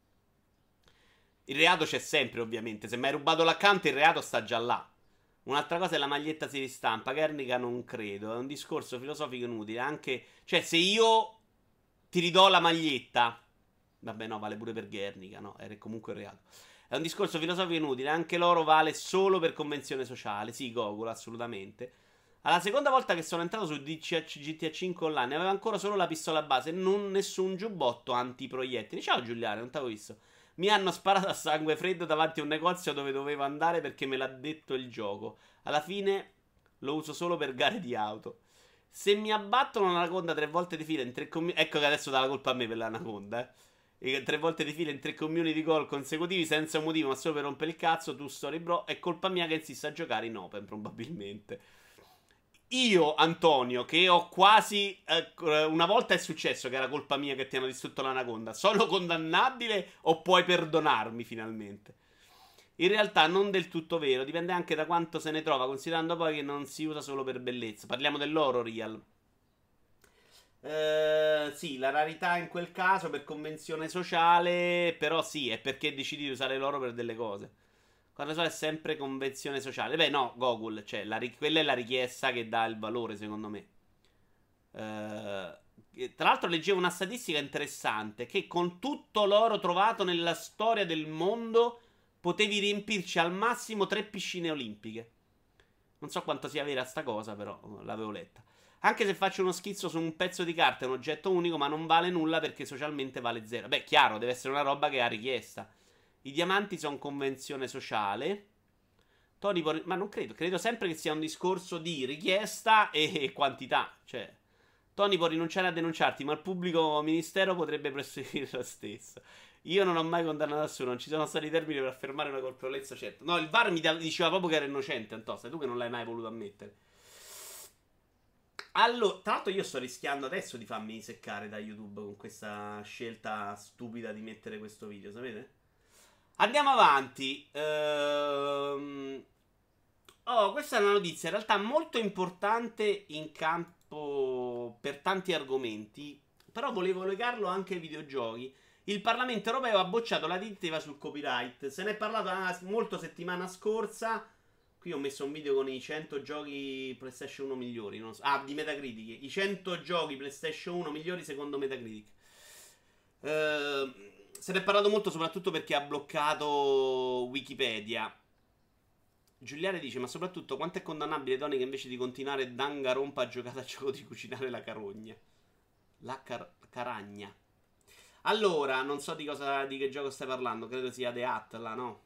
Il reato c'è sempre, ovviamente. Se mi hai rubato l'account, il reato sta già là. Un'altra cosa è la maglietta si ristampa. Guernica non credo. È un discorso filosofico inutile. Anche. Cioè, se io ti ridò la maglietta. Vabbè, no, vale pure per Guernica, no? Era comunque il reato. È un discorso filosofico inutile. Anche l'oro vale solo per convenzione sociale. Sì, Gogol, assolutamente. Alla seconda volta che sono entrato su G T A cinque online, aveva ancora solo la pistola base, non nessun giubbotto antiproiettili. Ciao Giuliano, non t'avevo visto. Mi hanno sparato a sangue freddo davanti a un negozio dove dovevo andare perché me l'ha detto il gioco. Alla fine lo uso solo per gare di auto. Se mi abbattono un'anaconda tre volte di fila in tre community. Ecco che adesso dà la colpa a me per l'anaconda, eh. E tre volte di fila in tre community goal consecutivi senza un motivo, ma solo per rompere il cazzo. Tu story bro. È colpa mia che insista a giocare in open, probabilmente. Io, Antonio, che ho quasi. Eh, una volta è successo che era colpa mia che ti hanno distrutto l'anaconda. Sono condannabile o puoi perdonarmi finalmente? In realtà non del tutto vero, dipende anche da quanto se ne trova, considerando poi che non si usa solo per bellezza. Parliamo dell'oro real. Eh, sì, la rarità in quel caso per convenzione sociale, però sì, è perché decidi di usare l'oro per delle cose. Fare solo è sempre convenzione sociale. Beh, no, Gogol, cioè, la ri- quella è la richiesta che dà il valore, secondo me. Eh, tra l'altro leggevo una statistica interessante, che con tutto l'oro trovato nella storia del mondo potevi riempirci al massimo tre piscine olimpiche. Non so quanto sia vera sta cosa, però l'avevo letta. Anche se faccio uno schizzo su un pezzo di carta, è un oggetto unico, ma non vale nulla perché socialmente vale zero. Beh, chiaro, deve essere una roba che ha richiesta. I diamanti sono convenzione sociale. Tony può... Ma non credo, credo sempre che sia un discorso di richiesta e quantità. Cioè, Tony può rinunciare a denunciarti, ma il pubblico ministero potrebbe proseguire lo stesso. Io non ho mai condannato nessuno, non ci sono stati termini per affermare una colpevolezza certa. No, il V A R mi da- diceva proprio che era innocente, Antosta, tu che non l'hai mai voluto ammettere. Allora, tra l'altro io sto rischiando adesso di farmi seccare da YouTube con questa scelta stupida di mettere questo video, sapete? Andiamo avanti. Ehm... Oh, questa è una notizia in realtà molto importante in campo per tanti argomenti, però volevo legarlo anche ai videogiochi. Il Parlamento europeo ha bocciato la direttiva sul copyright. Se ne è parlato ah, molto settimana scorsa. Qui ho messo un video con i cento giochi PlayStation uno migliori. Non so. Ah, di Metacritic. I cento giochi PlayStation uno migliori secondo Metacritic. Eh, se ne è parlato molto soprattutto perché ha bloccato Wikipedia. Giuliare dice: ma soprattutto quanto è condannabile Tony che invece di continuare Danganronpa ha giocato a gioco di cucinare la carogna. La car- caragna. Allora, non so di cosa di che gioco stai parlando. Credo sia The Atla, no?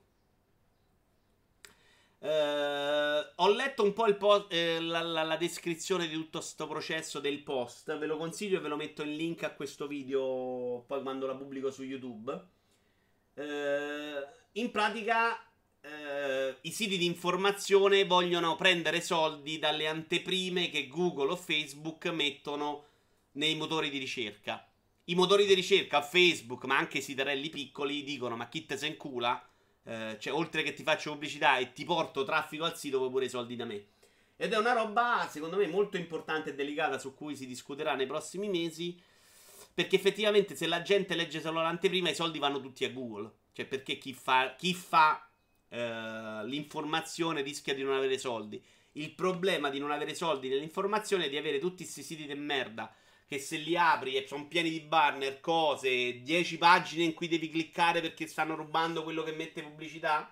Uh, ho letto un po' il po- eh, la, la, la descrizione di tutto sto processo del post. Ve lo consiglio e ve lo metto in link a questo video poi quando la pubblico su YouTube. Uh, in pratica uh, i siti di informazione vogliono prendere soldi dalle anteprime che Google o Facebook mettono nei motori di ricerca. I motori di ricerca, Facebook, ma anche i sitarelli piccoli dicono: ma chi te se incula? Eh, cioè, oltre che ti faccio pubblicità e ti porto traffico al sito, vuoi pure i soldi da me. Ed è una roba, secondo me, molto importante e delicata su cui si discuterà nei prossimi mesi. Perché effettivamente, se la gente legge solo l'anteprima, i soldi vanno tutti a Google. Cioè, perché chi fa, chi fa eh, l'informazione rischia di non avere soldi. Il problema di non avere soldi nell'informazione è di avere tutti questi siti di merda che se li apri e sono pieni di banner, cose, dieci pagine in cui devi cliccare perché stanno rubando quello che mette pubblicità.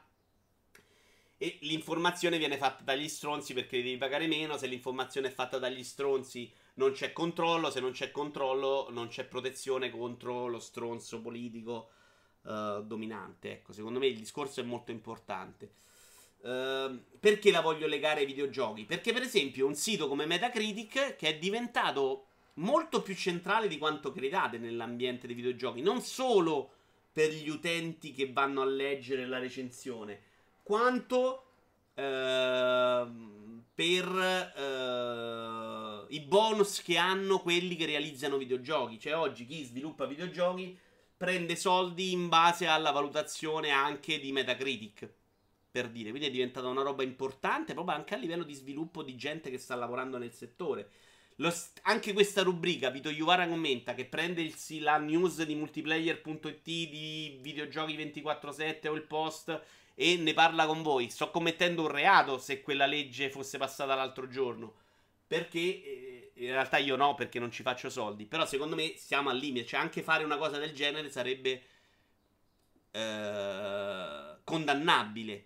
E l'informazione viene fatta dagli stronzi perché devi pagare meno. Se l'informazione è fatta dagli stronzi non c'è controllo. Se non c'è controllo non c'è protezione contro lo stronzo politico uh, dominante. Ecco, secondo me il discorso è molto importante. Uh, perché la voglio legare ai videogiochi? Perché per esempio un sito come Metacritic, che è diventato molto più centrale di quanto crediate nell'ambiente dei videogiochi, non solo per gli utenti che vanno a leggere la recensione, quanto eh, per eh, i bonus che hanno quelli che realizzano videogiochi. Cioè oggi chi sviluppa videogiochi prende soldi in base alla valutazione anche di Metacritic, per dire. Quindi è diventata una roba importante proprio anche a livello di sviluppo di gente che sta lavorando nel settore. Lo st- anche questa rubrica, Vito Iuvara commenta, che prende il, la news di multiplayer punto it, di videogiochi ventiquattro sette o il post e ne parla con voi. Sto commettendo un reato se quella legge fosse passata l'altro giorno. Perché eh, in realtà io no, perché non ci faccio soldi. Però secondo me siamo al limite. Cioè anche fare una cosa del genere sarebbe eh, condannabile.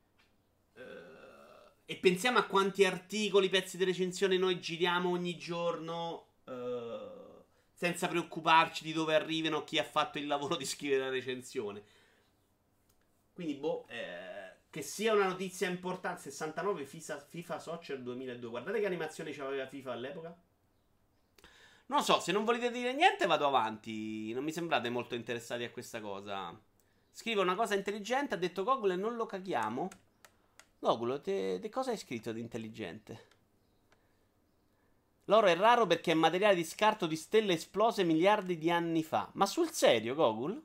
E pensiamo a quanti articoli, pezzi di recensione noi giriamo ogni giorno eh, senza preoccuparci di dove arrivano, chi ha fatto il lavoro di scrivere la recensione. Quindi, boh, eh, che sia una notizia importante. sessantanove FIFA, FIFA Soccer duemiladue. Guardate che animazione c'aveva FIFA all'epoca. Non lo so, se non volete dire niente vado avanti. Non mi sembrate molto interessati a questa cosa. Scrive una cosa intelligente, ha detto Google e non lo caghiamo. Loculo, te, te cosa hai scritto di intelligente? L'oro è raro perché è materiale di scarto di stelle esplose miliardi di anni fa. Ma sul serio, Gogol?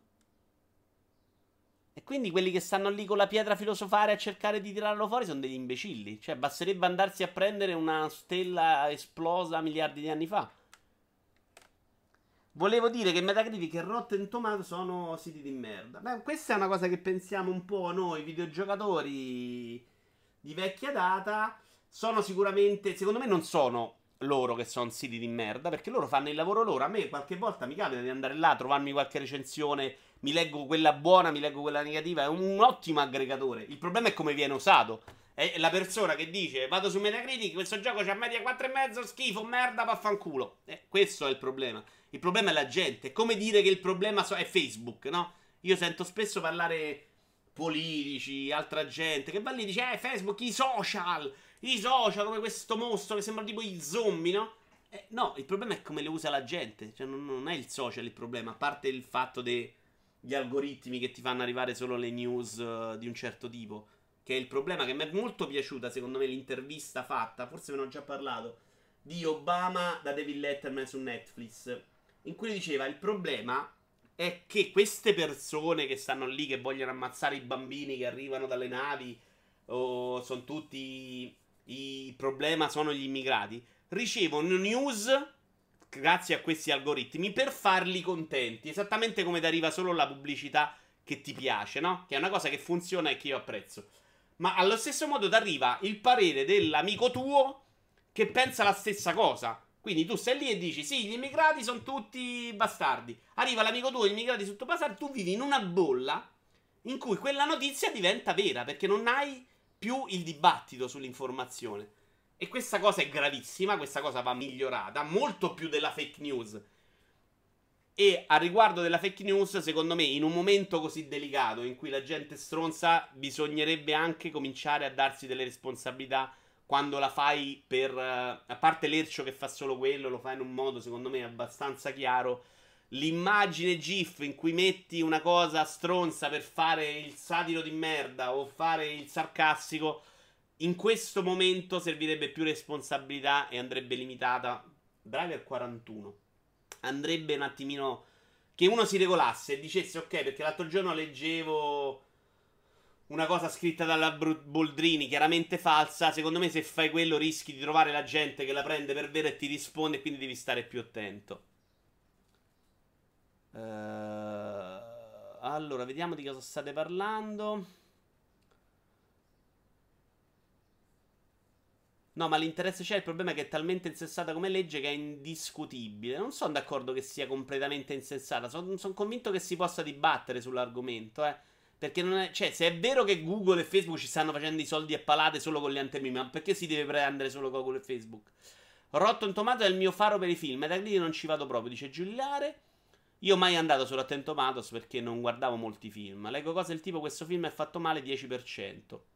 E quindi quelli che stanno lì con la pietra filosofare a cercare di tirarlo fuori sono degli imbecilli. Cioè, basterebbe andarsi a prendere una stella esplosa miliardi di anni fa. Volevo dire che Metacritic e Rotten Tomato sono siti di merda. Beh, questa è una cosa che pensiamo un po' noi videogiocatori di vecchia data. Sono sicuramente, secondo me non sono loro che sono siti di merda, perché loro fanno il lavoro loro. A me qualche volta mi capita di andare là, trovarmi qualche recensione, mi leggo quella buona, mi leggo quella negativa, è un ottimo aggregatore. Il problema è come viene usato. È la persona che dice vado su Metacritic, questo gioco c'ha media quattro e mezzo, schifo, merda, vaffanculo. Eh, questo è il problema. Il problema è la gente. È come dire che il problema so- è Facebook, no? Io sento spesso parlare politici, altra gente che va lì e dice eh, Facebook, i social, i social come questo mostro che sembra tipo i zombie, no? Eh, no, il problema è come le usa la gente. Cioè non, non è il social il problema, a parte il fatto degli algoritmi che ti fanno arrivare solo le news uh, di un certo tipo. Che è il problema, che mi è molto piaciuta, secondo me, l'intervista fatta, forse ve ne ho già parlato, di Obama da David Letterman su Netflix, in cui diceva il problema è che queste persone che stanno lì, che vogliono ammazzare i bambini che arrivano dalle navi, o sono tutti... il problema sono gli immigrati, ricevono news grazie a questi algoritmi per farli contenti, esattamente come ti arriva solo la pubblicità che ti piace, no? Che è una cosa che funziona e che io apprezzo. Ma allo stesso modo ti arriva il parere dell'amico tuo che pensa la stessa cosa. Quindi tu stai lì e dici sì, gli immigrati sono tutti bastardi. Arriva l'amico tuo, gli immigrati sono tutti bastardi. Tu vivi in una bolla in cui quella notizia diventa vera, perché non hai più il dibattito sull'informazione. E questa cosa è gravissima, questa cosa va migliorata, molto più della fake news. E a riguardo della fake news, secondo me, in un momento così delicato in cui la gente stronza, bisognerebbe anche cominciare a darsi delle responsabilità quando la fai per... Uh, a parte l'Ercio che fa solo quello, lo fa in un modo, secondo me, abbastanza chiaro. L'immagine GIF in cui metti una cosa stronza per fare il satiro di merda o fare il sarcastico, in questo momento servirebbe più responsabilità e andrebbe limitata. Driver quarantuno. Andrebbe un attimino che uno si regolasse e dicesse ok, perché l'altro giorno leggevo una cosa scritta dalla Boldrini, chiaramente falsa. Secondo me se fai quello rischi di trovare la gente che la prende per vera e ti risponde, e quindi devi stare più attento. uh, Allora, vediamo di cosa state parlando. No, ma l'interesse c'è, il problema è che è talmente insensata come legge che è indiscutibile. Non sono d'accordo che sia completamente insensata, sono son convinto che si possa dibattere sull'argomento, eh. Perché non è... Cioè, se è vero che Google e Facebook ci stanno facendo i soldi a palate solo con gli antenimi, ma perché si deve prendere solo Google e Facebook? Rotten Tomatoes è il mio faro per i film, Metacritic non ci vado proprio, dice Giuliare. Io mai andato su Rotten Tomatoes perché non guardavo molti film. Leggo cose del tipo questo film è fatto male dieci per cento.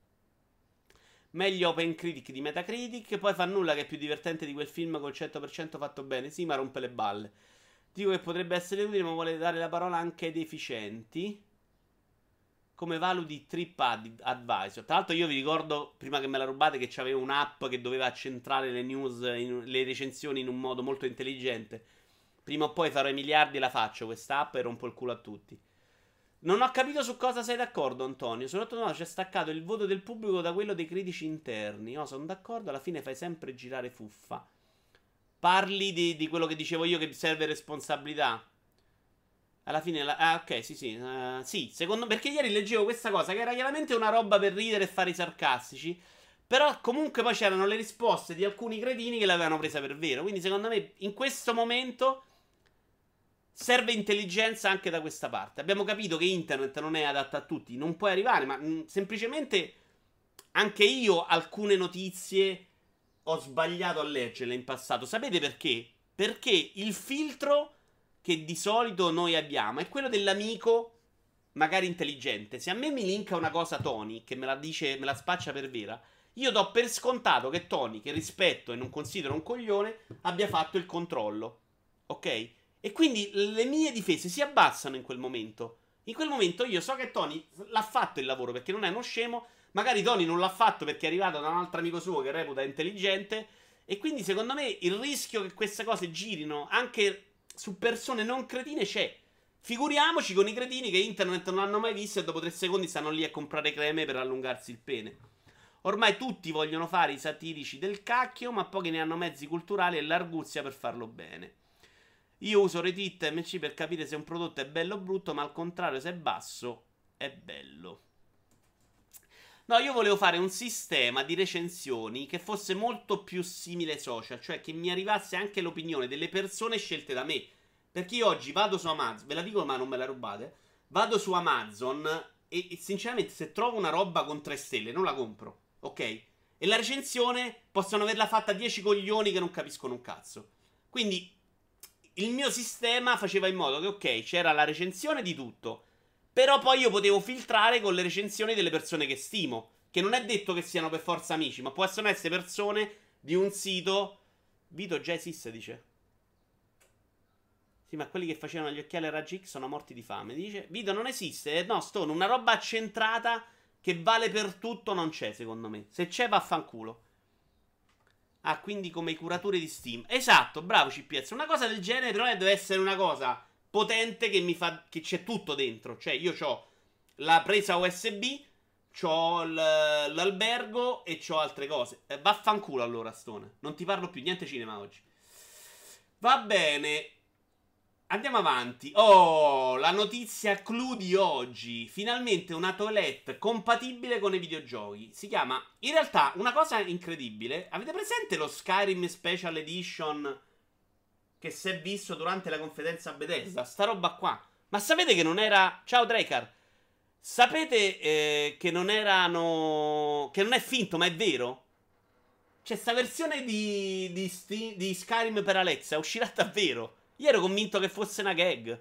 Meglio Open Critic di Metacritic. Poi fa nulla che è più divertente di quel film col cento per cento fatto bene. Sì, ma rompe le balle. Dico che potrebbe essere utile, ma vuole dare la parola anche ai deficienti. Come valuti TripAdvisor? Tra l'altro io vi ricordo, prima che me la rubate, che c'avevo un'app che doveva centrare le news, in, le recensioni in un modo molto intelligente. Prima o poi farò i miliardi e la faccio questa app e rompo il culo a tutti. Non ho capito su cosa sei d'accordo, Antonio. Soprattutto no, c'è staccato il voto del pubblico da quello dei critici interni. No, sono d'accordo, alla fine fai sempre girare fuffa. Parli di, di quello che dicevo io che serve responsabilità. Alla fine, la... ah, ok, sì, sì. Uh, sì, secondo me, perché ieri leggevo questa cosa che era chiaramente una roba per ridere e fare i sarcastici. Però comunque poi c'erano le risposte di alcuni cretini che l'avevano presa per vero. Quindi secondo me, in questo momento serve intelligenza anche da questa parte. Abbiamo capito che internet non è adatto a tutti, non puoi arrivare, ma mh, semplicemente anche io alcune notizie ho sbagliato a leggerle in passato. Sapete perché? Perché il filtro che di solito noi abbiamo è quello dell'amico magari intelligente. Se a me mi linka una cosa Tony, che me la dice, me la spaccia per vera, io do per scontato che Tony, che rispetto e non considero un coglione, abbia fatto il controllo. Ok? E quindi le mie difese si abbassano in quel momento. In quel momento io so che Tony l'ha fatto il lavoro perché non è uno scemo. Magari Tony non l'ha fatto perché è arrivato da un altro amico suo che reputa intelligente. E quindi secondo me il rischio che queste cose girino anche su persone non cretine c'è. Figuriamoci con i cretini che internet non hanno mai visto e dopo tre secondi stanno lì a comprare creme per allungarsi il pene. Ormai tutti vogliono fare i satirici del cacchio, ma pochi ne hanno mezzi culturali e l'arguzia per farlo bene. Io uso Reddit M C per capire se un prodotto è bello o brutto, ma al contrario, se è basso, è bello. No, io volevo fare un sistema di recensioni che fosse molto più simile ai social, cioè che mi arrivasse anche l'opinione delle persone scelte da me. Perché io oggi vado su Amazon, ve la dico ma non me la rubate, vado su Amazon e, e sinceramente se trovo una roba con tre stelle non la compro, ok? E la recensione possono averla fatta dieci coglioni che non capiscono un cazzo. Quindi il mio sistema faceva in modo che, ok, c'era la recensione di tutto, però poi io potevo filtrare con le recensioni delle persone che stimo. Che non è detto che siano per forza amici, ma possono essere persone di un sito. Vito già esiste, dice. Sì, ma quelli che facevano gli occhiali a raggi X sono morti di fame. Dice, Vito non esiste. No, Stone, una roba accentrata che vale per tutto non c'è, secondo me. Se c'è, vaffanculo. Ah, quindi come i curatori di Steam. Esatto, bravo C P S. Una cosa del genere, però deve essere una cosa potente che mi fa. Che c'è tutto dentro. Cioè, io ho la presa U S B, c'ho l- l'albergo e c'ho altre cose. Eh, vaffanculo allora, Stone. Non ti parlo più, niente cinema oggi. Va bene. Andiamo avanti. Oh, la notizia clou di oggi. Finalmente una toilette compatibile con i videogiochi. Si chiama, in realtà, una cosa incredibile. Avete presente lo Skyrim Special Edition che si è visto durante la conferenza Bethesda? Sta roba qua. Ma sapete che non era... Ciao Drekar. Sapete eh, che non erano... Che non è finto, ma è vero? C'è sta versione di, di, Sti- di Skyrim per Alexa. Uscirà davvero. Io ero convinto che fosse una gag.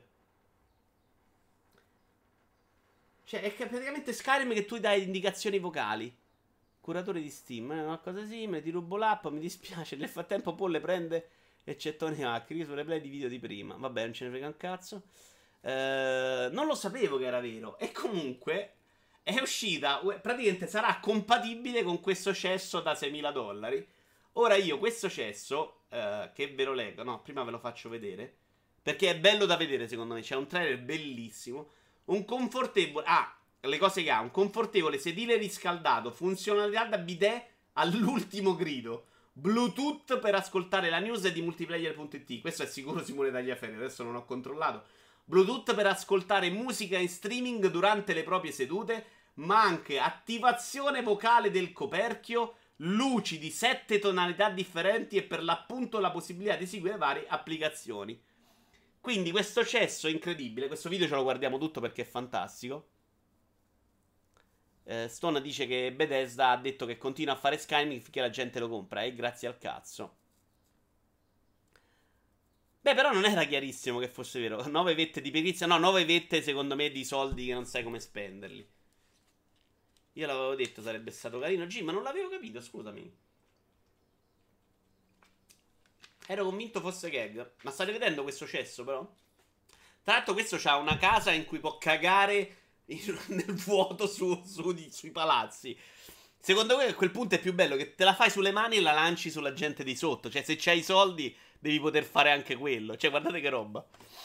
Cioè, è che praticamente Skyrim che tu dai indicazioni vocali. Curatore di Steam, eh, una cosa simile, ti rubo l'app, mi dispiace. Nel frattempo Paul prende eccettone hacker sul replay di video di prima. Vabbè, non ce ne frega un cazzo. Eh, non lo sapevo che era vero. E comunque è uscita, praticamente sarà compatibile con questo cesso da seimila dollari. Ora io questo cesso, eh, che ve lo leggo, no, prima ve lo faccio vedere, perché è bello da vedere secondo me, c'è un trailer bellissimo, un confortevole, ah, le cose che ha, un confortevole sedile riscaldato, funzionalità da bidet all'ultimo grido, Bluetooth per ascoltare la news di multiplayer punto it, questo è sicuro Simone Tagliaferri, adesso non ho controllato, Bluetooth per ascoltare musica in streaming durante le proprie sedute, ma anche attivazione vocale del coperchio, luci di sette tonalità differenti e per l'appunto la possibilità di eseguire varie applicazioni. Quindi questo cesso è incredibile. Questo video ce lo guardiamo tutto perché è fantastico. eh, Stone dice che Bethesda ha detto che continua a fare Skyrim finché la gente lo compra. E eh, grazie al cazzo. Beh, però non era chiarissimo che fosse vero. nove vette di perizia. No, nove vette secondo me di soldi che non sai come spenderli. Io l'avevo detto sarebbe stato carino G, ma non l'avevo capito, scusami. Ero convinto fosse gag. Ma state vedendo questo cesso però? Tra l'altro questo c'ha una casa in cui può cagare in- nel vuoto su, su di- sui palazzi. Secondo me a quel punto è più bello che te la fai sulle mani e la lanci sulla gente di sotto. Cioè se c'hai i soldi devi poter fare anche quello. Cioè guardate che roba.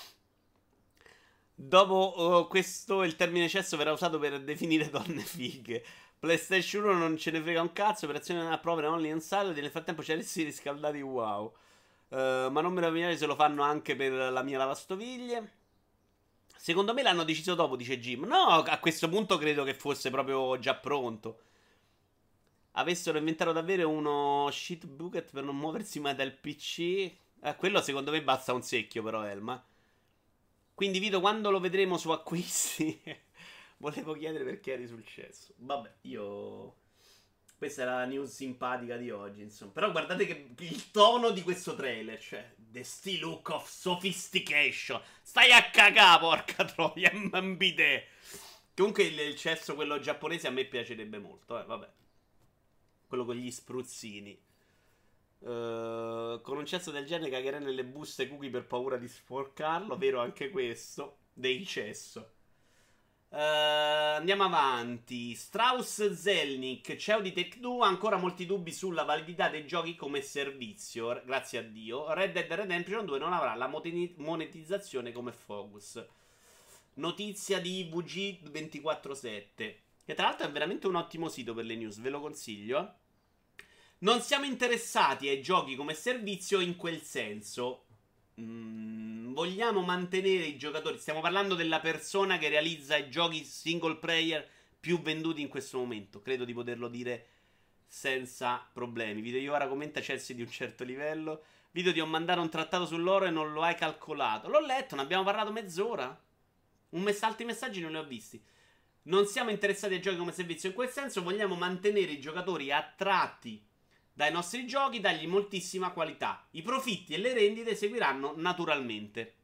Dopo uh, questo il termine cesso verrà usato per definire donne fighe. PlayStation uno non ce ne frega un cazzo. Operazione a prova only on Saturday. Nel frattempo c'è resti riscaldati. Wow. Uh, ma non meravigliare se lo fanno anche per la mia lavastoviglie. Secondo me l'hanno deciso dopo, dice Jim. No, a questo punto credo che fosse proprio già pronto. Avessero inventato davvero uno shit bucket per non muoversi mai dal P C. Eh, quello secondo me basta un secchio però, Elma. Quindi Vito, quando lo vedremo su acquisti? Volevo chiedere perché eri sul cesso. Vabbè, io... Questa era la news simpatica di oggi, insomma. Però guardate che il tono di questo trailer, cioè, the still look of sophistication. Stai a cagà, porca troia, mambite. Comunque il, il cesso, quello giapponese, a me piacerebbe molto, eh, vabbè. Quello con gli spruzzini. Uh, con un cesso del genere cagherei nelle buste cookie per paura di sporcarlo, vero anche questo. Dei cesso. Uh, andiamo avanti. Strauss Zelnick, C E O di Take-Two, ha ancora molti dubbi sulla validità dei giochi come servizio. Grazie a Dio. Red Dead Redemption due non avrà la monetizzazione come focus. Notizia di V G ventiquattro sette, che tra l'altro è veramente un ottimo sito per le news, ve lo consiglio. Non siamo interessati ai giochi come servizio in quel senso. Mm, vogliamo mantenere i giocatori. Stiamo parlando della persona che realizza i giochi single player più venduti in questo momento. Credo di poterlo dire senza problemi. Video io ora commenta Chelsea di un certo livello. Video ti ho mandato un trattato sull'oro e non lo hai calcolato. L'ho letto, ne abbiamo parlato mezz'ora. Un mess- altri messaggi non li ho visti. Non siamo interessati ai giochi come servizio. In quel senso vogliamo mantenere i giocatori attratti dai nostri giochi, dargli moltissima qualità. I profitti e le rendite seguiranno naturalmente.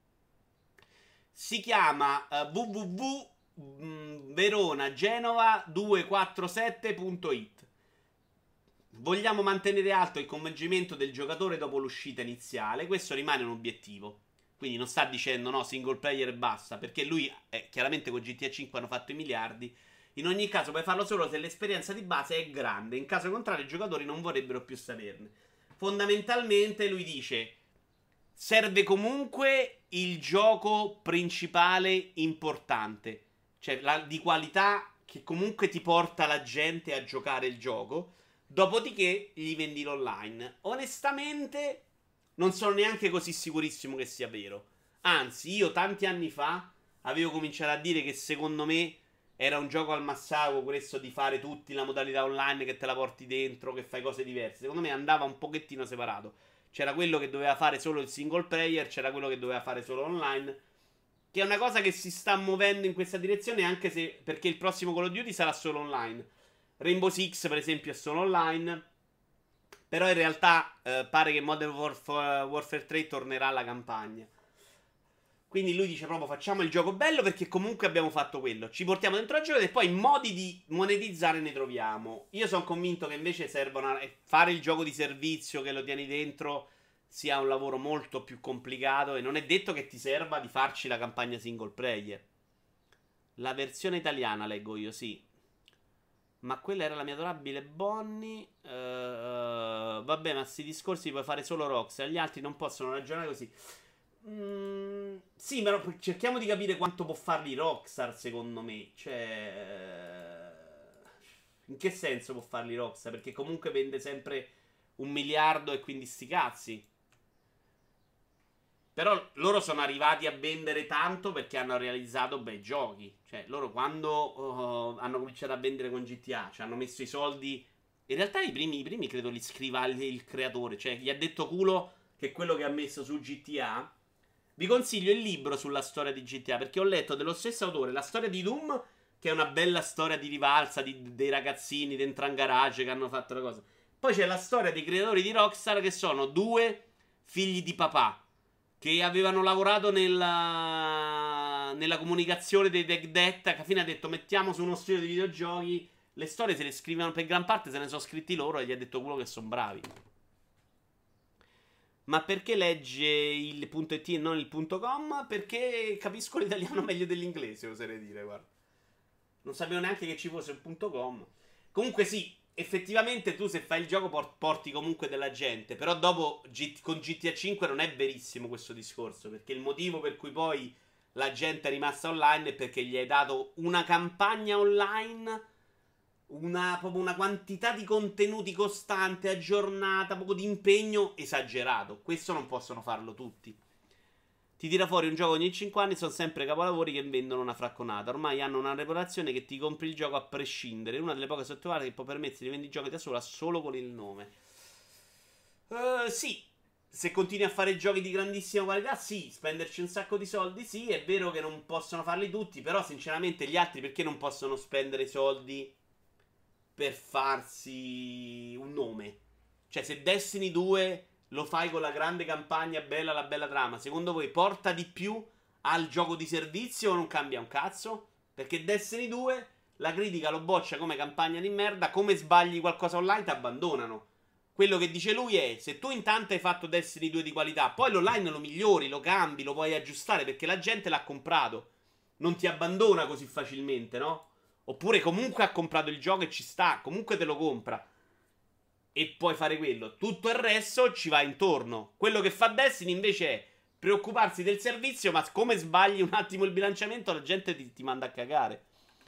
Si chiama uh, w w w punto verona genova duecentoquarantasette punto it. Vogliamo mantenere alto il coinvolgimento del giocatore dopo l'uscita iniziale. Questo rimane un obiettivo. Quindi non sta dicendo no, single player e basta, perché lui, eh, chiaramente con G T A cinque hanno fatto i miliardi. In ogni caso puoi farlo solo se l'esperienza di base è grande. In caso contrario i giocatori non vorrebbero più saperne. Fondamentalmente lui dice: serve comunque il gioco principale importante, cioè la, di qualità, che comunque ti porta la gente a giocare il gioco. Dopodiché gli vendi l'online. Onestamente non sono neanche così sicurissimo che sia vero. Anzi, io tanti anni fa avevo cominciato a dire che secondo me era un gioco al massacro questo di fare tutti la modalità online, che te la porti dentro, che fai cose diverse. Secondo me andava un pochettino separato. C'era quello che doveva fare solo il single player, c'era quello che doveva fare solo online, che è una cosa che si sta muovendo in questa direzione, anche se, perché il prossimo Call of Duty sarà solo online. Rainbow Six per esempio è solo online, però in realtà eh, pare che Modern Warfare, Warfare tre tornerà alla campagna. Quindi lui dice proprio facciamo il gioco bello perché comunque abbiamo fatto quello. Ci portiamo dentro la gioco e poi modi di monetizzare ne troviamo. Io sono convinto che invece servono fare il gioco di servizio che lo tieni dentro sia un lavoro molto più complicato e non è detto che ti serva di farci la campagna single player. La versione italiana leggo io, sì. Ma quella era la mia adorabile Bonnie. Uh, uh, vabbè, ma sti discorsi li puoi fare solo Rockstar. Gli altri non possono ragionare così. Mm, sì, però cerchiamo di capire quanto può farli Rockstar, secondo me. Cioè, in che senso può farli Rockstar? Perché comunque vende sempre un miliardo e quindi sti cazzi. Però loro sono arrivati a vendere tanto perché hanno realizzato bei giochi. Cioè, loro quando uh, hanno cominciato a vendere con G T A, cioè hanno messo i soldi. In realtà i primi, i primi credo li scriva il, il creatore. Cioè, gli ha detto culo che è quello che ha messo su G T A. Vi consiglio il libro sulla storia di G T A, perché ho letto dello stesso autore la storia di Doom, che è una bella storia di rivalsa di, dei ragazzini dentro un garage che hanno fatto la cosa. Poi c'è la storia dei creatori di Rockstar, che sono due figli di papà che avevano lavorato nella, nella comunicazione dei Tech Debt, che alla fine ha detto mettiamo su uno studio di videogiochi. Le storie se le scrivono per gran parte, se ne sono scritti loro e gli ha detto quello che sono bravi. Ma perché legge il punto .it e non il punto .com? Perché capisco l'italiano meglio dell'inglese, oserei dire, guarda. Non sapevo neanche che ci fosse il punto .com. Comunque sì, effettivamente tu se fai il gioco porti comunque della gente. Però dopo G- con G T A cinque non è verissimo questo discorso, perché il motivo per cui poi la gente è rimasta online è perché gli hai dato una campagna online, una, proprio una quantità di contenuti costante, aggiornata, poco di impegno esagerato. Questo non possono farlo tutti. Ti tira fuori un gioco ogni cinque anni, sono sempre capolavori che vendono una fracconata. Ormai hanno una reputazione che ti compri il gioco a prescindere. Una delle poche sottovarie che può permettersi di vendere i giochi da sola solo con il nome. Uh, sì, se continui a fare giochi di grandissima qualità, sì, spenderci un sacco di soldi, sì, è vero che non possono farli tutti, però sinceramente gli altri perché non possono spendere soldi per farsi un nome? Cioè, se Destiny due lo fai con la grande campagna bella, la bella trama, secondo voi porta di più al gioco di servizio o non cambia un cazzo? Perché Destiny due la critica lo boccia come campagna di merda, come sbagli qualcosa online ti abbandonano. Quello che dice lui è: se tu intanto hai fatto Destiny due di qualità, poi l'online lo migliori, lo cambi, lo puoi aggiustare perché la gente l'ha comprato, non ti abbandona così facilmente, no? Oppure comunque ha comprato il gioco e ci sta, comunque te lo compra e puoi fare quello. Tutto il resto ci va intorno. Quello che fa Destiny invece è preoccuparsi del servizio, ma come sbagli un attimo il bilanciamento la gente ti, ti manda a cagare.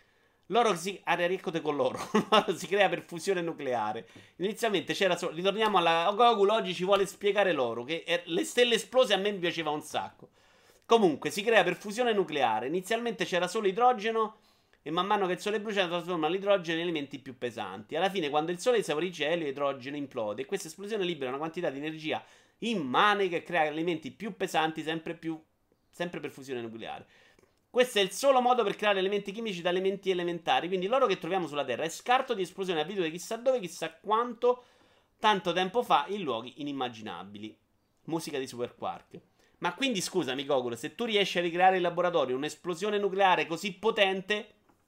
L'oro si arriccote con l'oro. L'oro si crea per fusione nucleare. Inizialmente c'era solo. Ritorniamo alla Gogol. Oggi ci vuole spiegare l'oro. Che è... le stelle esplose a me mi piaceva un sacco. Comunque si crea per fusione nucleare. Inizialmente c'era solo idrogeno. E man mano che il sole brucia trasforma l'idrogeno in elementi più pesanti. Alla fine, quando il sole esaurisce elio, l'idrogeno implode. E questa esplosione libera una quantità di energia immane che crea elementi più pesanti, sempre più. Sempre per fusione nucleare. Questo è il solo modo per creare elementi chimici da elementi elementari. Quindi l'oro che troviamo sulla Terra è scarto di esplosione avvenuta chissà dove, chissà quanto, tanto tempo fa, in luoghi inimmaginabili. Musica di Super Quark. Ma quindi scusami, Gogol, se tu riesci a ricreare in laboratorio un'esplosione nucleare così potente,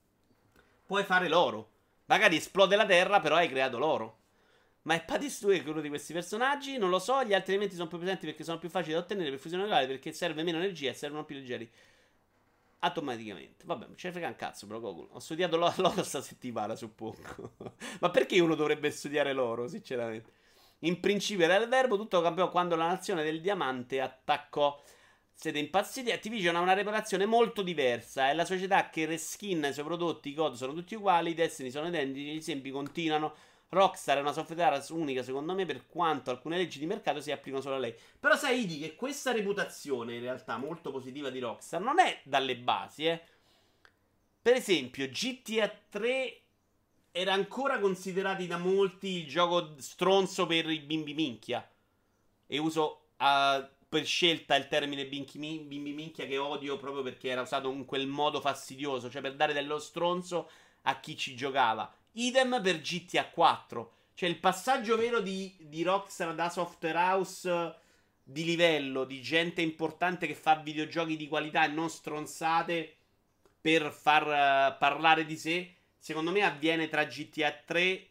puoi fare l'oro. Magari esplode la Terra, però hai creato l'oro. Ma è Patistue che è uno di questi personaggi? Non lo so. Gli altri elementi sono più presenti perché sono più facili da ottenere per fusione nucleare, perché serve meno energia e servono più leggeri automaticamente. Vabbè, ce ne frega un cazzo, però Gogol. Ho studiato l'oro sta settimana, suppongo. Ma perché uno dovrebbe studiare l'oro, sinceramente? In principio era il verbo, tutto cambiò quando la nazione del diamante attaccò. Siete impazziti? Activision ha una reputazione molto diversa. È la società che reskinna i suoi prodotti, i code sono tutti uguali, i Destiny sono identici, gli esempi continuano. Rockstar è una software house unica, secondo me, per quanto alcune leggi di mercato si applicano solo a lei. Però sai, Idi, che questa reputazione, in realtà, molto positiva di Rockstar, non è dalle basi, eh. Per esempio, G T A tre era ancora considerato da molti il gioco stronzo per i bimbi minchia. E uso uh, per scelta il termine bimbi minchia, che odio proprio perché era usato in quel modo fastidioso, cioè per dare dello stronzo a chi ci giocava. Idem per G T A quattro. Cioè il passaggio vero di, di Rockstar da software house di livello, di gente importante che fa videogiochi di qualità e non stronzate per far uh, parlare di sé, secondo me avviene tra G T A tre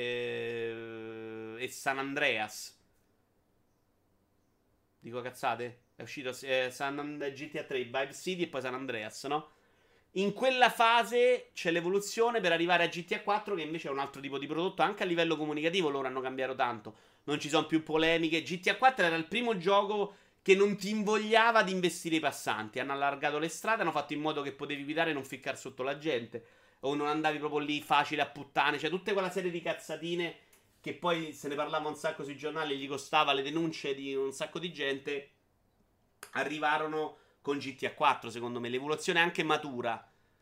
eh, e San Andreas. Dico cazzate? È uscito eh, San, G T A tre, Vibe City e poi San Andreas, no? In quella fase c'è l'evoluzione per arrivare a G T A quattro, che invece è un altro tipo di prodotto. Anche a livello comunicativo loro hanno cambiato tanto. Non ci sono più polemiche. G T A quattro era il primo gioco che non ti invogliava di investire i passanti. Hanno allargato le strade, hanno fatto in modo che potevi guidare e non ficcare sotto la gente, o non andavi proprio lì facile a puttane. Cioè tutta quella serie di cazzatine che poi se ne parlava un sacco sui giornali, gli costava le denunce di un sacco di gente, arrivarono con G T A quattro, secondo me. L'evoluzione è anche matura.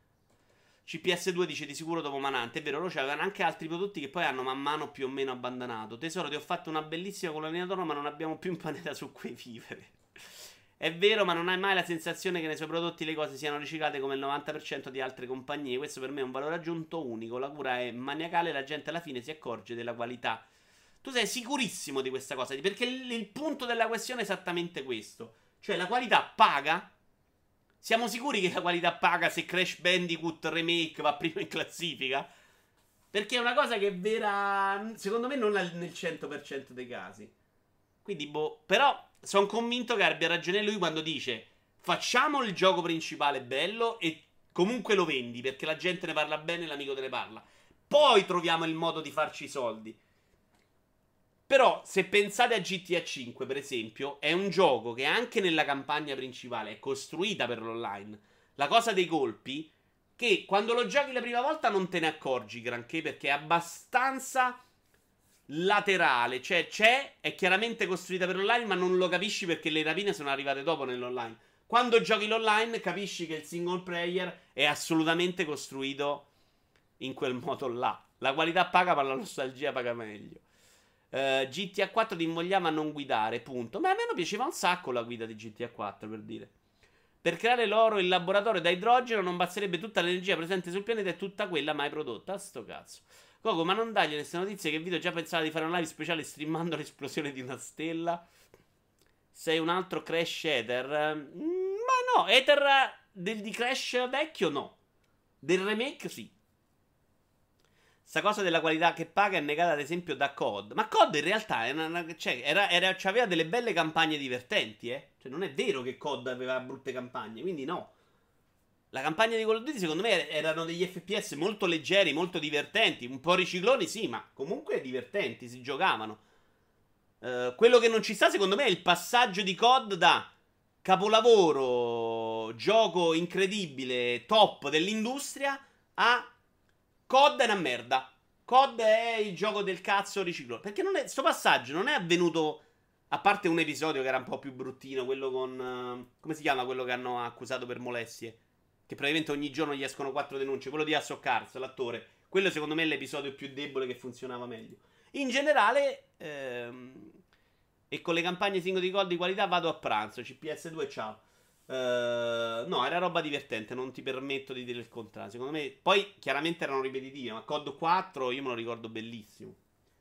C P S due dice di sicuro dopo Manante. È vero, loro c'avevano anche altri prodotti che poi hanno man mano più o meno abbandonato. Tesoro, ti ho fatto una bellissima colonia d'oro, ma non abbiamo più un pianeta su cui vivere. È vero, ma non hai mai la sensazione che nei suoi prodotti le cose siano riciclate come il novanta per cento di altre compagnie. Questo per me è un valore aggiunto unico. La cura è maniacale e la gente alla fine si accorge della qualità. Tu sei sicurissimo di questa cosa, perché il, il punto della questione è esattamente questo. Cioè la qualità paga. Siamo sicuri che la qualità paga se Crash Bandicoot Remake va prima in classifica? Perché è una cosa che è vera, secondo me, non nel cento per cento dei casi. Quindi, boh. Però sono convinto che abbia ragione lui quando dice: facciamo il gioco principale bello e comunque lo vendi, perché la gente ne parla bene e l'amico te ne parla. Poi troviamo il modo di farci i soldi. Però, se pensate a G T A cinque, per esempio, è un gioco che anche nella campagna principale è costruita per l'online. La cosa dei colpi, che quando lo giochi la prima volta non te ne accorgi granché, perché è abbastanza laterale. Cioè, c'è, è chiaramente costruita per l'online, ma non lo capisci perché le rapine sono arrivate dopo nell'online. Quando giochi l'online, capisci che il single player è assolutamente costruito in quel modo là. La qualità paga, ma la nostalgia paga meglio. Uh, G T A quattro ti invogliava a non guidare, punto. Ma a me non piaceva un sacco la guida di G T A quattro, per dire. Per creare l'oro in laboratorio da idrogeno non basterebbe tutta l'energia presente sul pianeta e tutta quella mai prodotta. Sto cazzo. Coco, ma non dagli queste notizie che Vito già pensava di fare un live speciale streamando l'esplosione di una stella? Sei un altro Crash Ether? Mm, ma no, Ether del, di Crash vecchio no. Del remake sì. Sta cosa della qualità che paga è negata ad esempio da C O D. Ma C O D in realtà era, una, cioè, era, era, aveva delle belle campagne divertenti, eh. Cioè non è vero che C O D aveva brutte campagne, quindi no. La campagna di Call of Duty secondo me erano degli F P S molto leggeri, molto divertenti. Un po' ricicloni sì, ma comunque divertenti, si giocavano. uh, Quello che non ci sta secondo me è il passaggio di C O D da capolavoro, gioco incredibile, top dell'industria, a C O D è una merda. C O D è il gioco del cazzo riciclo. Perché non è, sto passaggio non è avvenuto. A parte un episodio che era un po' più bruttino, quello con. Uh, come si chiama quello che hanno accusato per molestie? Che praticamente ogni giorno gli escono quattro denunce. Quello di House of Cards, l'attore. Quello secondo me è l'episodio più debole che funzionava meglio. In generale, ehm, e con le campagne singole di gol di qualità vado a pranzo. C P S due, ciao. Uh, no, era roba divertente, non ti permetto di dire il contrario. Secondo me, poi chiaramente erano ripetitive, ma C O D quattro io me lo ricordo bellissimo.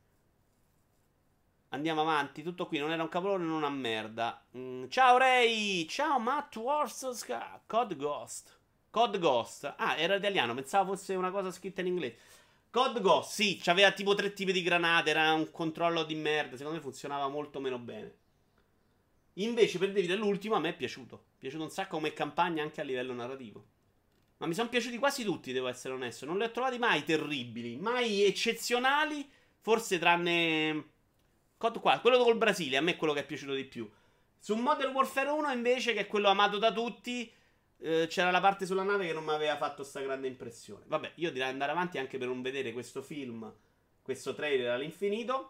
Andiamo avanti, tutto qui, non era un cavolone, non una merda. Mm, ciao Ray, ciao Matt Wars, Cod Ghost. Cod Ghost. Ah, era italiano, pensavo fosse una cosa scritta in inglese. Cod Ghost, sì, c'aveva tipo tre tipi di granate, era un controllo di merda, secondo me funzionava molto meno bene. Invece, per dire l'ultimo, a me è piaciuto. È piaciuto un sacco come campagna anche a livello narrativo. Ma mi sono piaciuti quasi tutti, devo essere onesto. Non li ho trovati mai terribili, mai eccezionali, forse tranne C O D quattro, quello col Brasile, a me è quello che è piaciuto di più. Su Modern Warfare uno invece, che è quello amato da tutti, eh, c'era la parte sulla nave che non mi aveva fatto sta grande impressione. Vabbè, io direi andare avanti anche per non vedere questo film, questo trailer all'infinito.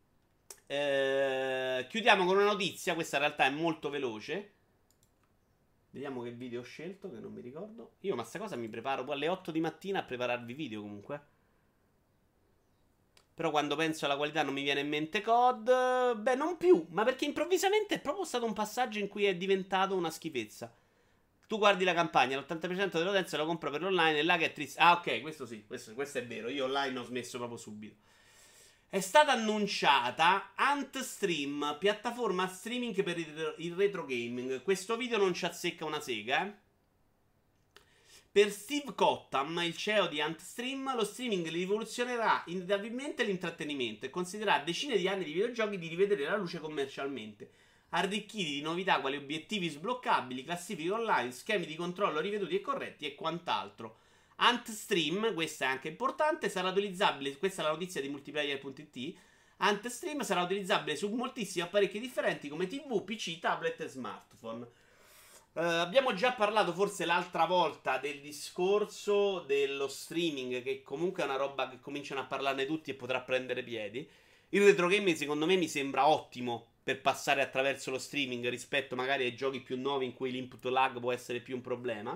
Eh, chiudiamo con una notizia, questa in realtà è molto veloce. Vediamo che video ho scelto, che non mi ricordo. Io ma sta cosa mi preparo poi alle otto di mattina a prepararvi video comunque. Però quando penso alla qualità non mi viene in mente C O D. Beh, non più, ma perché improvvisamente è proprio stato un passaggio in cui è diventato una schifezza. Tu guardi la campagna, l'ottanta per cento dell'utenza lo compra per l'online e là che è triste. Ah, ok, questo sì, questo, questo è vero. Io online ho smesso proprio subito. È stata annunciata Antstream, piattaforma streaming per il, il retro gaming. Questo video non ci azzecca una sega, eh. Per Steve Cottam, il C E O di Antstream, lo streaming rivoluzionerà inevitabilmente l'intrattenimento e considererà decine di anni di videogiochi di rivedere la luce commercialmente, arricchiti di novità quali obiettivi sbloccabili, classifiche online, schemi di controllo riveduti e corretti e quant'altro. Antstream, questa è anche importante, sarà utilizzabile, questa è la notizia di multiplayer punto it, Antstream sarà utilizzabile su moltissimi apparecchi differenti come tivù, P C, tablet e smartphone. Uh, abbiamo già parlato forse l'altra volta del discorso dello streaming, che comunque è una roba che cominciano a parlarne tutti e potrà prendere piedi. Il retro gaming secondo me mi sembra ottimo per passare attraverso lo streaming rispetto magari ai giochi più nuovi in cui l'input lag può essere più un problema.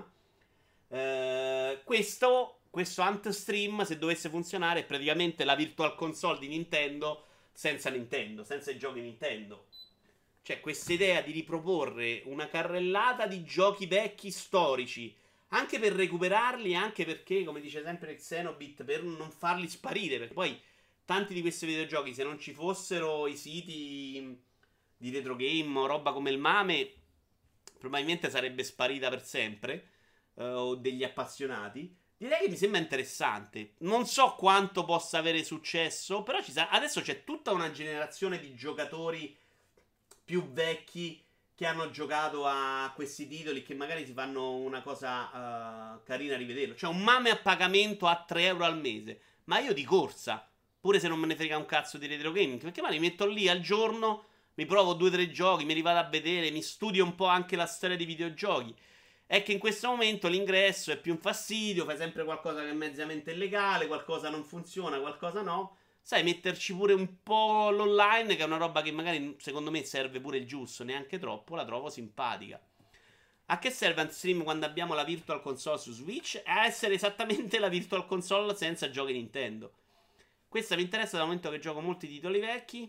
Uh, questo, questo Antstream, se dovesse funzionare, è praticamente la virtual console di Nintendo senza Nintendo, senza i giochi Nintendo. Cioè, questa idea di riproporre una carrellata di giochi vecchi storici, anche per recuperarli, anche perché, come dice sempre Xenobit, per non farli sparire, perché poi tanti di questi videogiochi, se non ci fossero i siti di retro game o roba come il Mame, probabilmente sarebbe sparita per sempre, eh, o degli appassionati. Direi che mi sembra interessante. Non so quanto possa avere successo, però ci sa- adesso c'è tutta una generazione di giocatori più vecchi che hanno giocato a questi titoli, che magari si fanno una cosa uh, carina a rivederlo. Cioè un Mame a pagamento a tre euro al mese, ma io di corsa, pure se non me ne frega un cazzo di retro gaming, perché magari mi metto lì al giorno, mi provo due o tre giochi, mi rivado a vedere, mi studio un po' anche la storia dei videogiochi. È che in questo momento l'ingresso è più un fastidio, fai sempre qualcosa che è mezzamente illegale, qualcosa non funziona, qualcosa no. Sai, metterci pure un po' l'online, che è una roba che magari secondo me serve pure il giusto, neanche troppo, la trovo simpatica. A che serve Antstream quando abbiamo la Virtual Console su Switch? A essere esattamente la Virtual Console senza giochi Nintendo. Questa mi interessa dal momento che gioco molti titoli vecchi.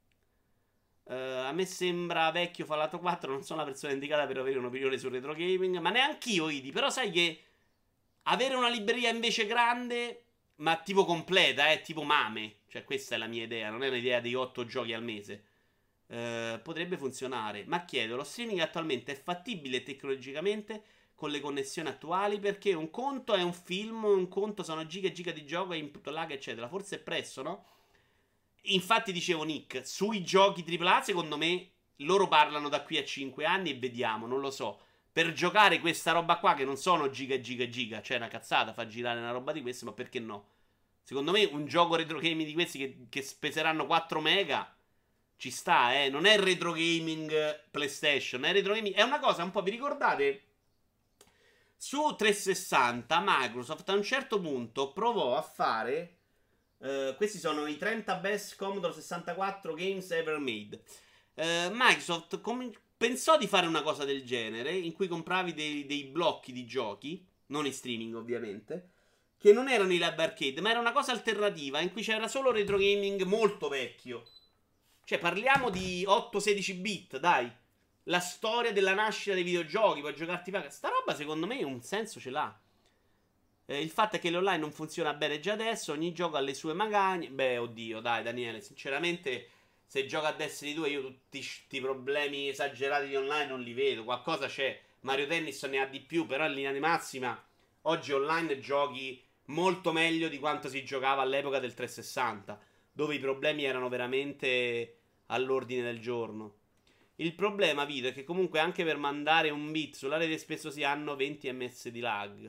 Uh, a me sembra vecchio Fallout quattro, non sono la persona indicata per avere un'opinione sul retro gaming, ma neanch'io, Idi. Però sai che avere una libreria invece grande, ma tipo completa, eh, tipo Mame, cioè questa è la mia idea, non è un'idea di otto giochi al mese, eh, potrebbe funzionare. Ma chiedo, lo streaming attualmente è fattibile tecnologicamente con le connessioni attuali? Perché un conto è un film, un conto sono giga e giga di gioco e input lag eccetera, forse è presto, no? Infatti dicevo Nick, sui giochi tripla A secondo me loro parlano da qui a cinque anni e vediamo, non lo so. Per giocare questa roba qua, che non sono giga giga giga, cioè una cazzata fa girare una roba di queste, ma perché no? Secondo me un gioco retro gaming di questi che, che peseranno quattro mega ci sta, eh. Non è retro gaming PlayStation, è retro gaming. È una cosa un po', vi ricordate Su trecentosessanta Microsoft a un certo punto provò a fare... Uh, questi sono i trenta best Commodore sessantaquattro games ever made. Uh, Microsoft com- pensò di fare una cosa del genere, in cui compravi dei, dei blocchi di giochi, non in streaming ovviamente, che non erano i lab arcade, ma era una cosa alternativa, in cui c'era solo retro gaming molto vecchio. Cioè parliamo di otto sedici bit, dai. La storia della nascita dei videogiochi, puoi giocarti paga. Sta roba secondo me un senso ce l'ha. Eh, il fatto è che l'online non funziona bene già adesso. Ogni gioco ha le sue magagne. Beh, oddio, dai, Daniele. Sinceramente, se gioca a Destiny due, io tutti questi problemi esagerati di online non li vedo. Qualcosa c'è. Mario Tennis ne ha di più. Però in linea di massima, oggi online giochi molto meglio di quanto si giocava all'epoca del trecentosessanta, dove i problemi erano veramente all'ordine del giorno. Il problema, Vito, è che comunque anche per mandare un bit sulla rete spesso si hanno venti ms di lag.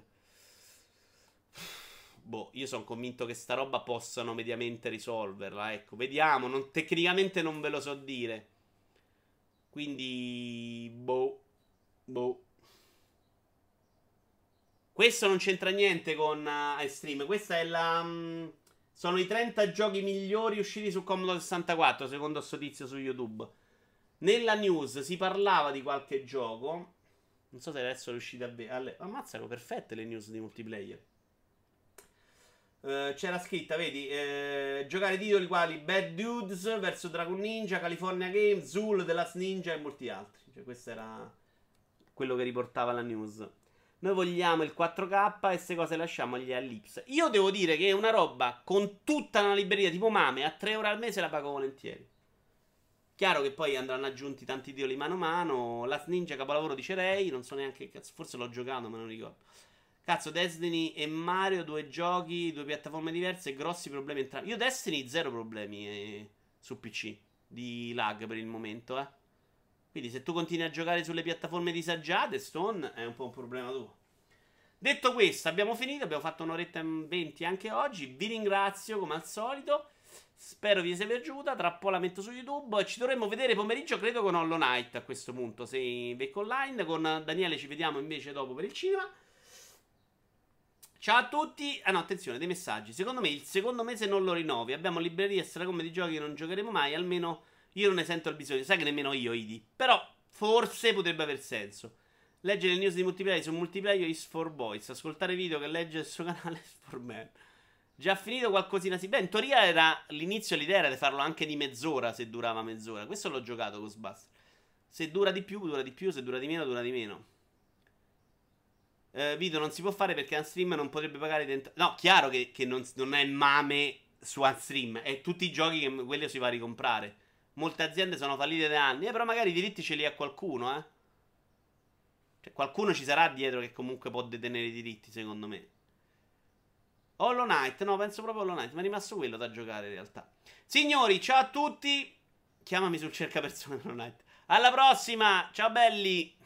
Boh, io sono convinto che sta roba possano mediamente risolverla. Ecco, vediamo. Non, tecnicamente non ve lo so dire. Quindi, boh. Boh. Questo non c'entra niente con uh, iStream. Questa è la... Um, sono i trenta giochi migliori usciti su Commodore sessantaquattro, secondo sto tizio su YouTube. Nella news si parlava di qualche gioco. Non so se adesso riuscite a vedere. Ammazzano perfette le news di multiplayer. Uh, c'era scritta, vedi, uh, giocare titoli quali Bad Dudes versus Dragon Ninja, California Games, Zool, The Last Ninja e molti altri. Cioè, questo era quello che riportava la news. Noi vogliamo il quattro K e queste cose lasciamo agli Ellipse. Io devo dire che è una roba con tutta una libreria tipo Mame a tre euro al mese la pago volentieri. Chiaro che poi andranno aggiunti tanti titoli mano a mano. Last Ninja, capolavoro, dice Ray. Non so neanche, cazzo, forse l'ho giocato ma non ricordo. Cazzo, Destiny e Mario, due giochi, due piattaforme diverse, grossi problemi entrambi. Io Destiny zero problemi eh, su P C di lag per il momento, eh. Quindi se tu continui a giocare sulle piattaforme disagiate, Stone, è un po' un problema tuo. Detto questo, abbiamo finito, abbiamo fatto un'oretta e venti anche oggi. Vi ringrazio come al solito. Spero vi sia piaciuta. Tra un po' la metto su YouTube. E ci dovremmo vedere pomeriggio, credo, con Hollow Knight a questo punto. Se becco online. Con Daniele ci vediamo invece dopo per il cinema. Ciao a tutti. Ah no, attenzione, dei messaggi. Secondo me il secondo mese non lo rinnovi. Abbiamo librerie stracomme di giochi che non giocheremo mai. Almeno io non ne sento il bisogno. Sai che nemmeno io, Idi. Però forse potrebbe aver senso. Leggere le news di multiplayer su multiplayer is for boys. Ascoltare video che legge il suo canale is for men. Già finito qualcosina sì. Beh, in teoria era l'inizio, l'idea era di farlo anche di mezz'ora, se durava mezz'ora. Questo l'ho giocato con Ghostbusters. Se dura di più, dura di più. Se dura di meno, dura di meno. Eh, video non si può fare perché Unstream non potrebbe pagare dentro. No, chiaro che, che non, non è mame su Unstream. È tutti i giochi che quelli si va a ricomprare. Molte aziende sono fallite da anni. Eh, però magari i diritti ce li ha qualcuno, eh. Cioè, qualcuno ci sarà dietro che comunque può detenere i diritti, secondo me. Hollow Knight, no, penso proprio Hollow Knight. Mi è rimasto quello da giocare in realtà. Signori, ciao a tutti. Chiamami sul cercapersone Hollow Knight. Alla prossima, ciao belli.